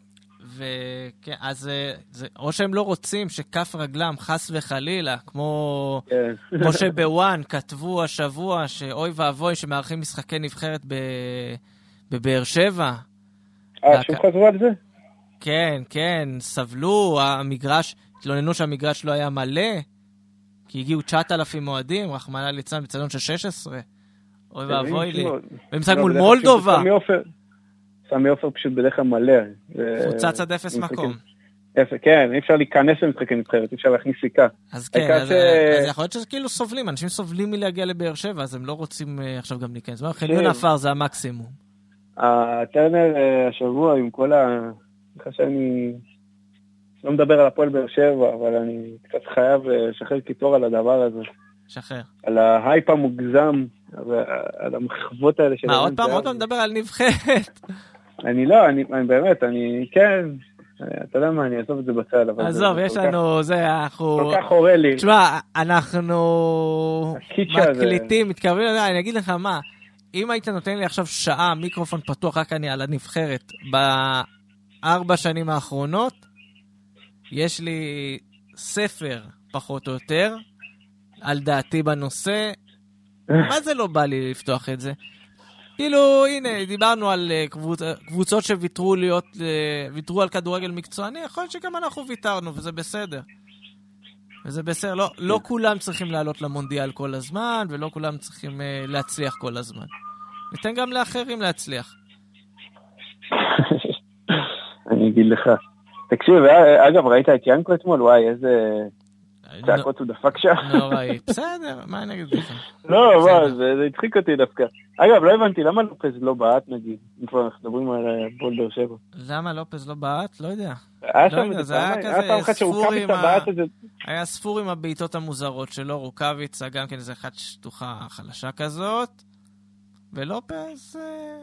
S1: וכן, אז או שהם לא רוצים שכף רגלם חס וחלילה, כמו שבוואן כתבו השבוע שאוי ואבוי שמארחים משחקי נבחרת ב... בבאר שבע.
S2: אה, שוב חזרו על זה?
S1: כן, כן, סבלו, המגרש, התלוננו שהמגרש לא היה מלא, כי הגיעו תשעת אלפים מועדים, רחמנא ליצלן בצדון של שש עשרה. אוי ואבוי לי. במשחק מול מולדובה.
S2: סמי עופר פשוט בדרך כלל מלא.
S1: פוצץ עד אפס מקום.
S2: כן, אי אפשר להיכנס למשחקי נבחרת, אי אפשר להכניס סיכה.
S1: אז כן, אז יכול להיות שזה כאילו סובלים, אנשים סובלים מלהגיע לבאר שבע, אז הם לא רוצים עכשיו גם להיכנס. חניון אפר זה המקסימום.
S2: הטרנר השבוע עם כל ה... סליחה שאני לא מדבר על הפועל באר שבע, אבל אני קצת חייב לשחרר קיטור על הדבר הזה.
S1: שחרר.
S2: על ההייפ המוגזם, על המחוות האלה של...
S1: מה, עוד פעם, עוד פעם מדבר על נבחרת?
S2: אני לא, אני באמת, אני כן... אתה יודע מה, אני אעזוב את זה בצד.
S1: עזוב, יש לנו, זה, אנחנו...
S2: כל כך חורה לי.
S1: תשמע, אנחנו מקליטים, מתקרבים, אני אגיד לך מה, אם היית נותן לי עכשיו שעה, מיקרופון פתוח, רק אני על הנבחרת, בארבע שנים האחרונות, יש לי ספר, פחות או יותר, על דעתי בנושא, מה זה לא בא לי לפתוח את זה? כאילו, הנה, דיברנו על קבוצ... קבוצות שוויתרו להיות, ויתרו על כדורגל מקצועני, יכול להיות שגם אנחנו ויתרנו, וזה בסדר. וזה בסדר, לא, לא כולם צריכים לעלות למונדיאל כל הזמן, ולא כולם צריכים uh, להצליח כל הזמן. ניתן גם לאחרים להצליח.
S2: אני אגיד לך. תקשיב, אגב, ראית את ינקו אתמול? וואי, איזה... צעקות הוא דפק שם.
S1: נוראי, בסדר, מה אני אגיד לך?
S2: לא, מה, זה הצחיק אותי דווקא. אגב, לא הבנתי, למה לופז לא בעט, נגיד? אם כבר אנחנו מדברים על בול באר שבע.
S1: למה לופז לא בעט? לא יודע.
S2: היה שם את זה, היה פעם אחת שרוקאביץ בעט את זה.
S1: היה ספור עם הבעיטות המוזרות שלו, רוקאביץ, גם כן איזה אחת שטוחה חלשה כזאת, ולופז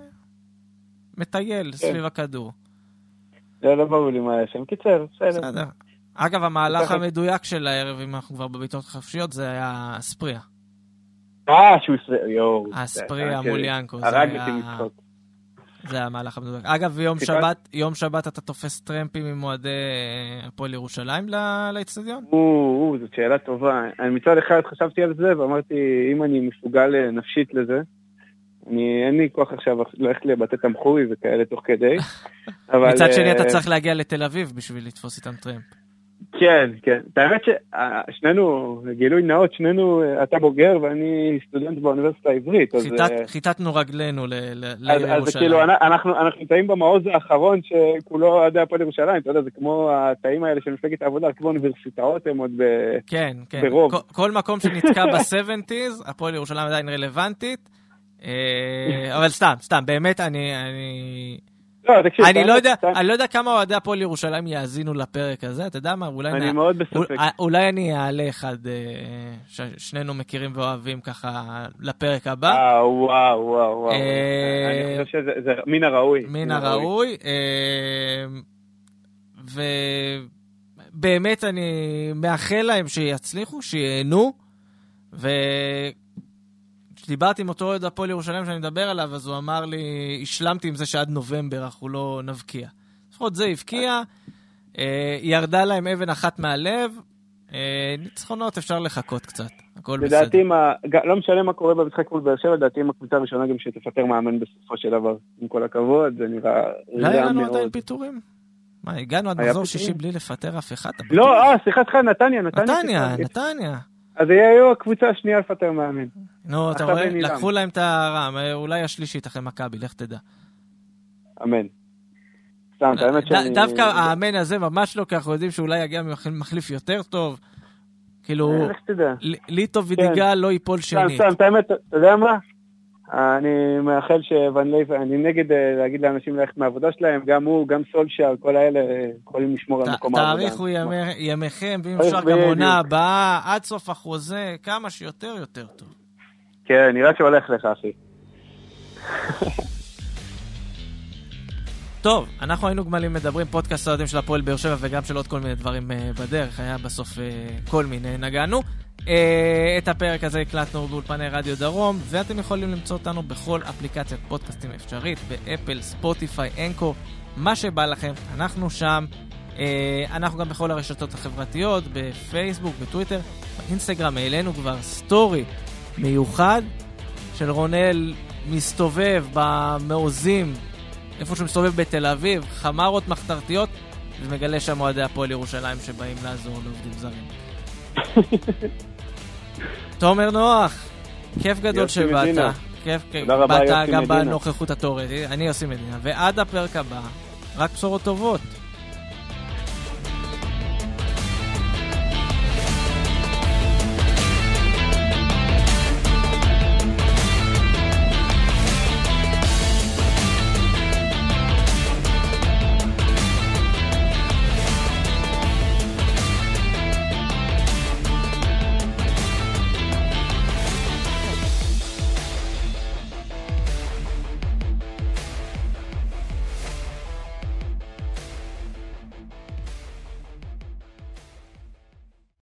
S1: מטייל סביב הכדור.
S2: זה לא ברור לי מה היה שם, קיצר, בסדר.
S1: בסדר. אגב, המהלך המדויק של הערב, אם אנחנו כבר בביתות חפשיות, זה היה ספריה.
S2: אה, שהוא יואו.
S1: הספריה מול ינקו.
S2: הרג אותי משחוק.
S1: זה המהלך המדויק. אגב, יום שבת, יום שבת אתה תופס טרמפים עם מועדי הפועל ירושלים לאצטדיון?
S2: או, זאת שאלה טובה. אני מצד אחד חשבתי על זה, ואמרתי, אם אני מסוגל נפשית לזה, אני, אין לי כוח עכשיו ללכת לבתי תמחוי וכאלה תוך כדי.
S1: מצד שני אתה צריך להגיע לתל אביב בשביל לתפוס איתם טרמפ.
S2: כן, כן. האמת ששנינו, גילוי נאות, שנינו, אתה בוגר ואני סטודנט באוניברסיטה העברית.
S1: חיטטנו רגלינו לירושלים.
S2: אז כאילו, אנחנו נמצאים במעוז האחרון שכולו עדי הפועל ירושלים, אתה יודע, זה כמו התאים האלה של מפלגת העבודה, כמו אוניברסיטאות הם עוד ברוב.
S1: כן, כן. כל מקום שנתקע ב-שבעים, הפועל ירושלים עדיין רלוונטית, אבל סתם, סתם, באמת אני...
S2: לא, תקשיב,
S1: אני לא יודע, אני לא יודע כמה אוהדי הפועל ירושלים יאזינו לפרק הזה, אתה יודע מה,
S2: אני מאוד בספק.
S1: אולי אני אעלה אחד, ששנינו מכירים ואוהבים ככה לפרק הבא.
S2: אה, וואו, וואו, וואו. אני חושב שזה מן הראוי.
S1: מן הראוי. ובאמת אני מאחל להם שיצליחו, שיהנו, ו... כשדיברתי עם אותו אוהד הפועל ירושלים שאני מדבר עליו, אז הוא אמר לי, השלמתי עם זה שעד נובמבר אנחנו לא נבקיע. לפחות זה הבקיע, ירדה להם אבן אחת מהלב, ניצחונות אפשר לחכות קצת, הכל בסדר.
S2: לדעתי, לא משנה מה קורה במשחק מול באר שבע, לדעתי עם הקבוצה הראשונה גם שתפטר מאמן בסופו של דבר. עם כל הכבוד, זה נראה...
S1: לא היה לנו עדיין פיטורים? מה, הגענו עד מחזור שישי בלי לפטר אף אחד?
S2: לא, אה, סליחה, סליחה, נתניה,
S1: נתניה, נתניה.
S2: אז היו הקבוצה השנייה לפטר מאמן.
S1: נו, אתה רואה, לקחו להם את הרם, אולי השלישית אחרי מכבי, לך תדע.
S2: אמן. סתם, האמת שאני...
S1: דווקא האמן הזה ממש לא, כי אנחנו יודעים שאולי יגיע מחליף יותר טוב. כאילו, ליטו ודיגל לא ייפול שנית.
S2: סתם, סתם, האמת, אתה יודע מה? אני מאחל שוון לייב, אני נגד להגיד לאנשים ללכת מהעבודה שלהם, גם הוא, גם סולשר, כל האלה יכולים לשמור על מקום העבודה.
S1: תאריכו ימיכם, ואם אפשר גם עונה הבאה, עד סוף החוזה, כמה שיותר יותר טוב.
S2: כן, נראה שהולך לך, אחי.
S1: טוב, אנחנו היינו גמלים מדברים, פודקאסט האוהדים של הפועל באר שבע וגם של עוד כל מיני דברים בדרך, היה בסוף כל מיני נגענו. את הפרק הזה הקלטנו באולפני רדיו דרום, ואתם יכולים למצוא אותנו בכל אפליקציית פודקאסטים אפשרית, באפל, ספוטיפיי, אנקור, מה שבא לכם, אנחנו שם. אנחנו גם בכל הרשתות החברתיות, בפייסבוק, בטוויטר, באינסטגרם, העלינו כבר סטורי מיוחד של רונל מסתובב במעוזים, איפה שהוא מסתובב בתל אביב, חמרות מחתרתיות, ומגלה שם אוהדי הפועל ירושלים שבאים לעזור לעובדים זרים. תומר נוח, כיף גדול שבאת. כיף, באת גם בנוכחות התיאורטית. אני יוסי מדינה. ועד הפרק הבא, רק בשורות טובות.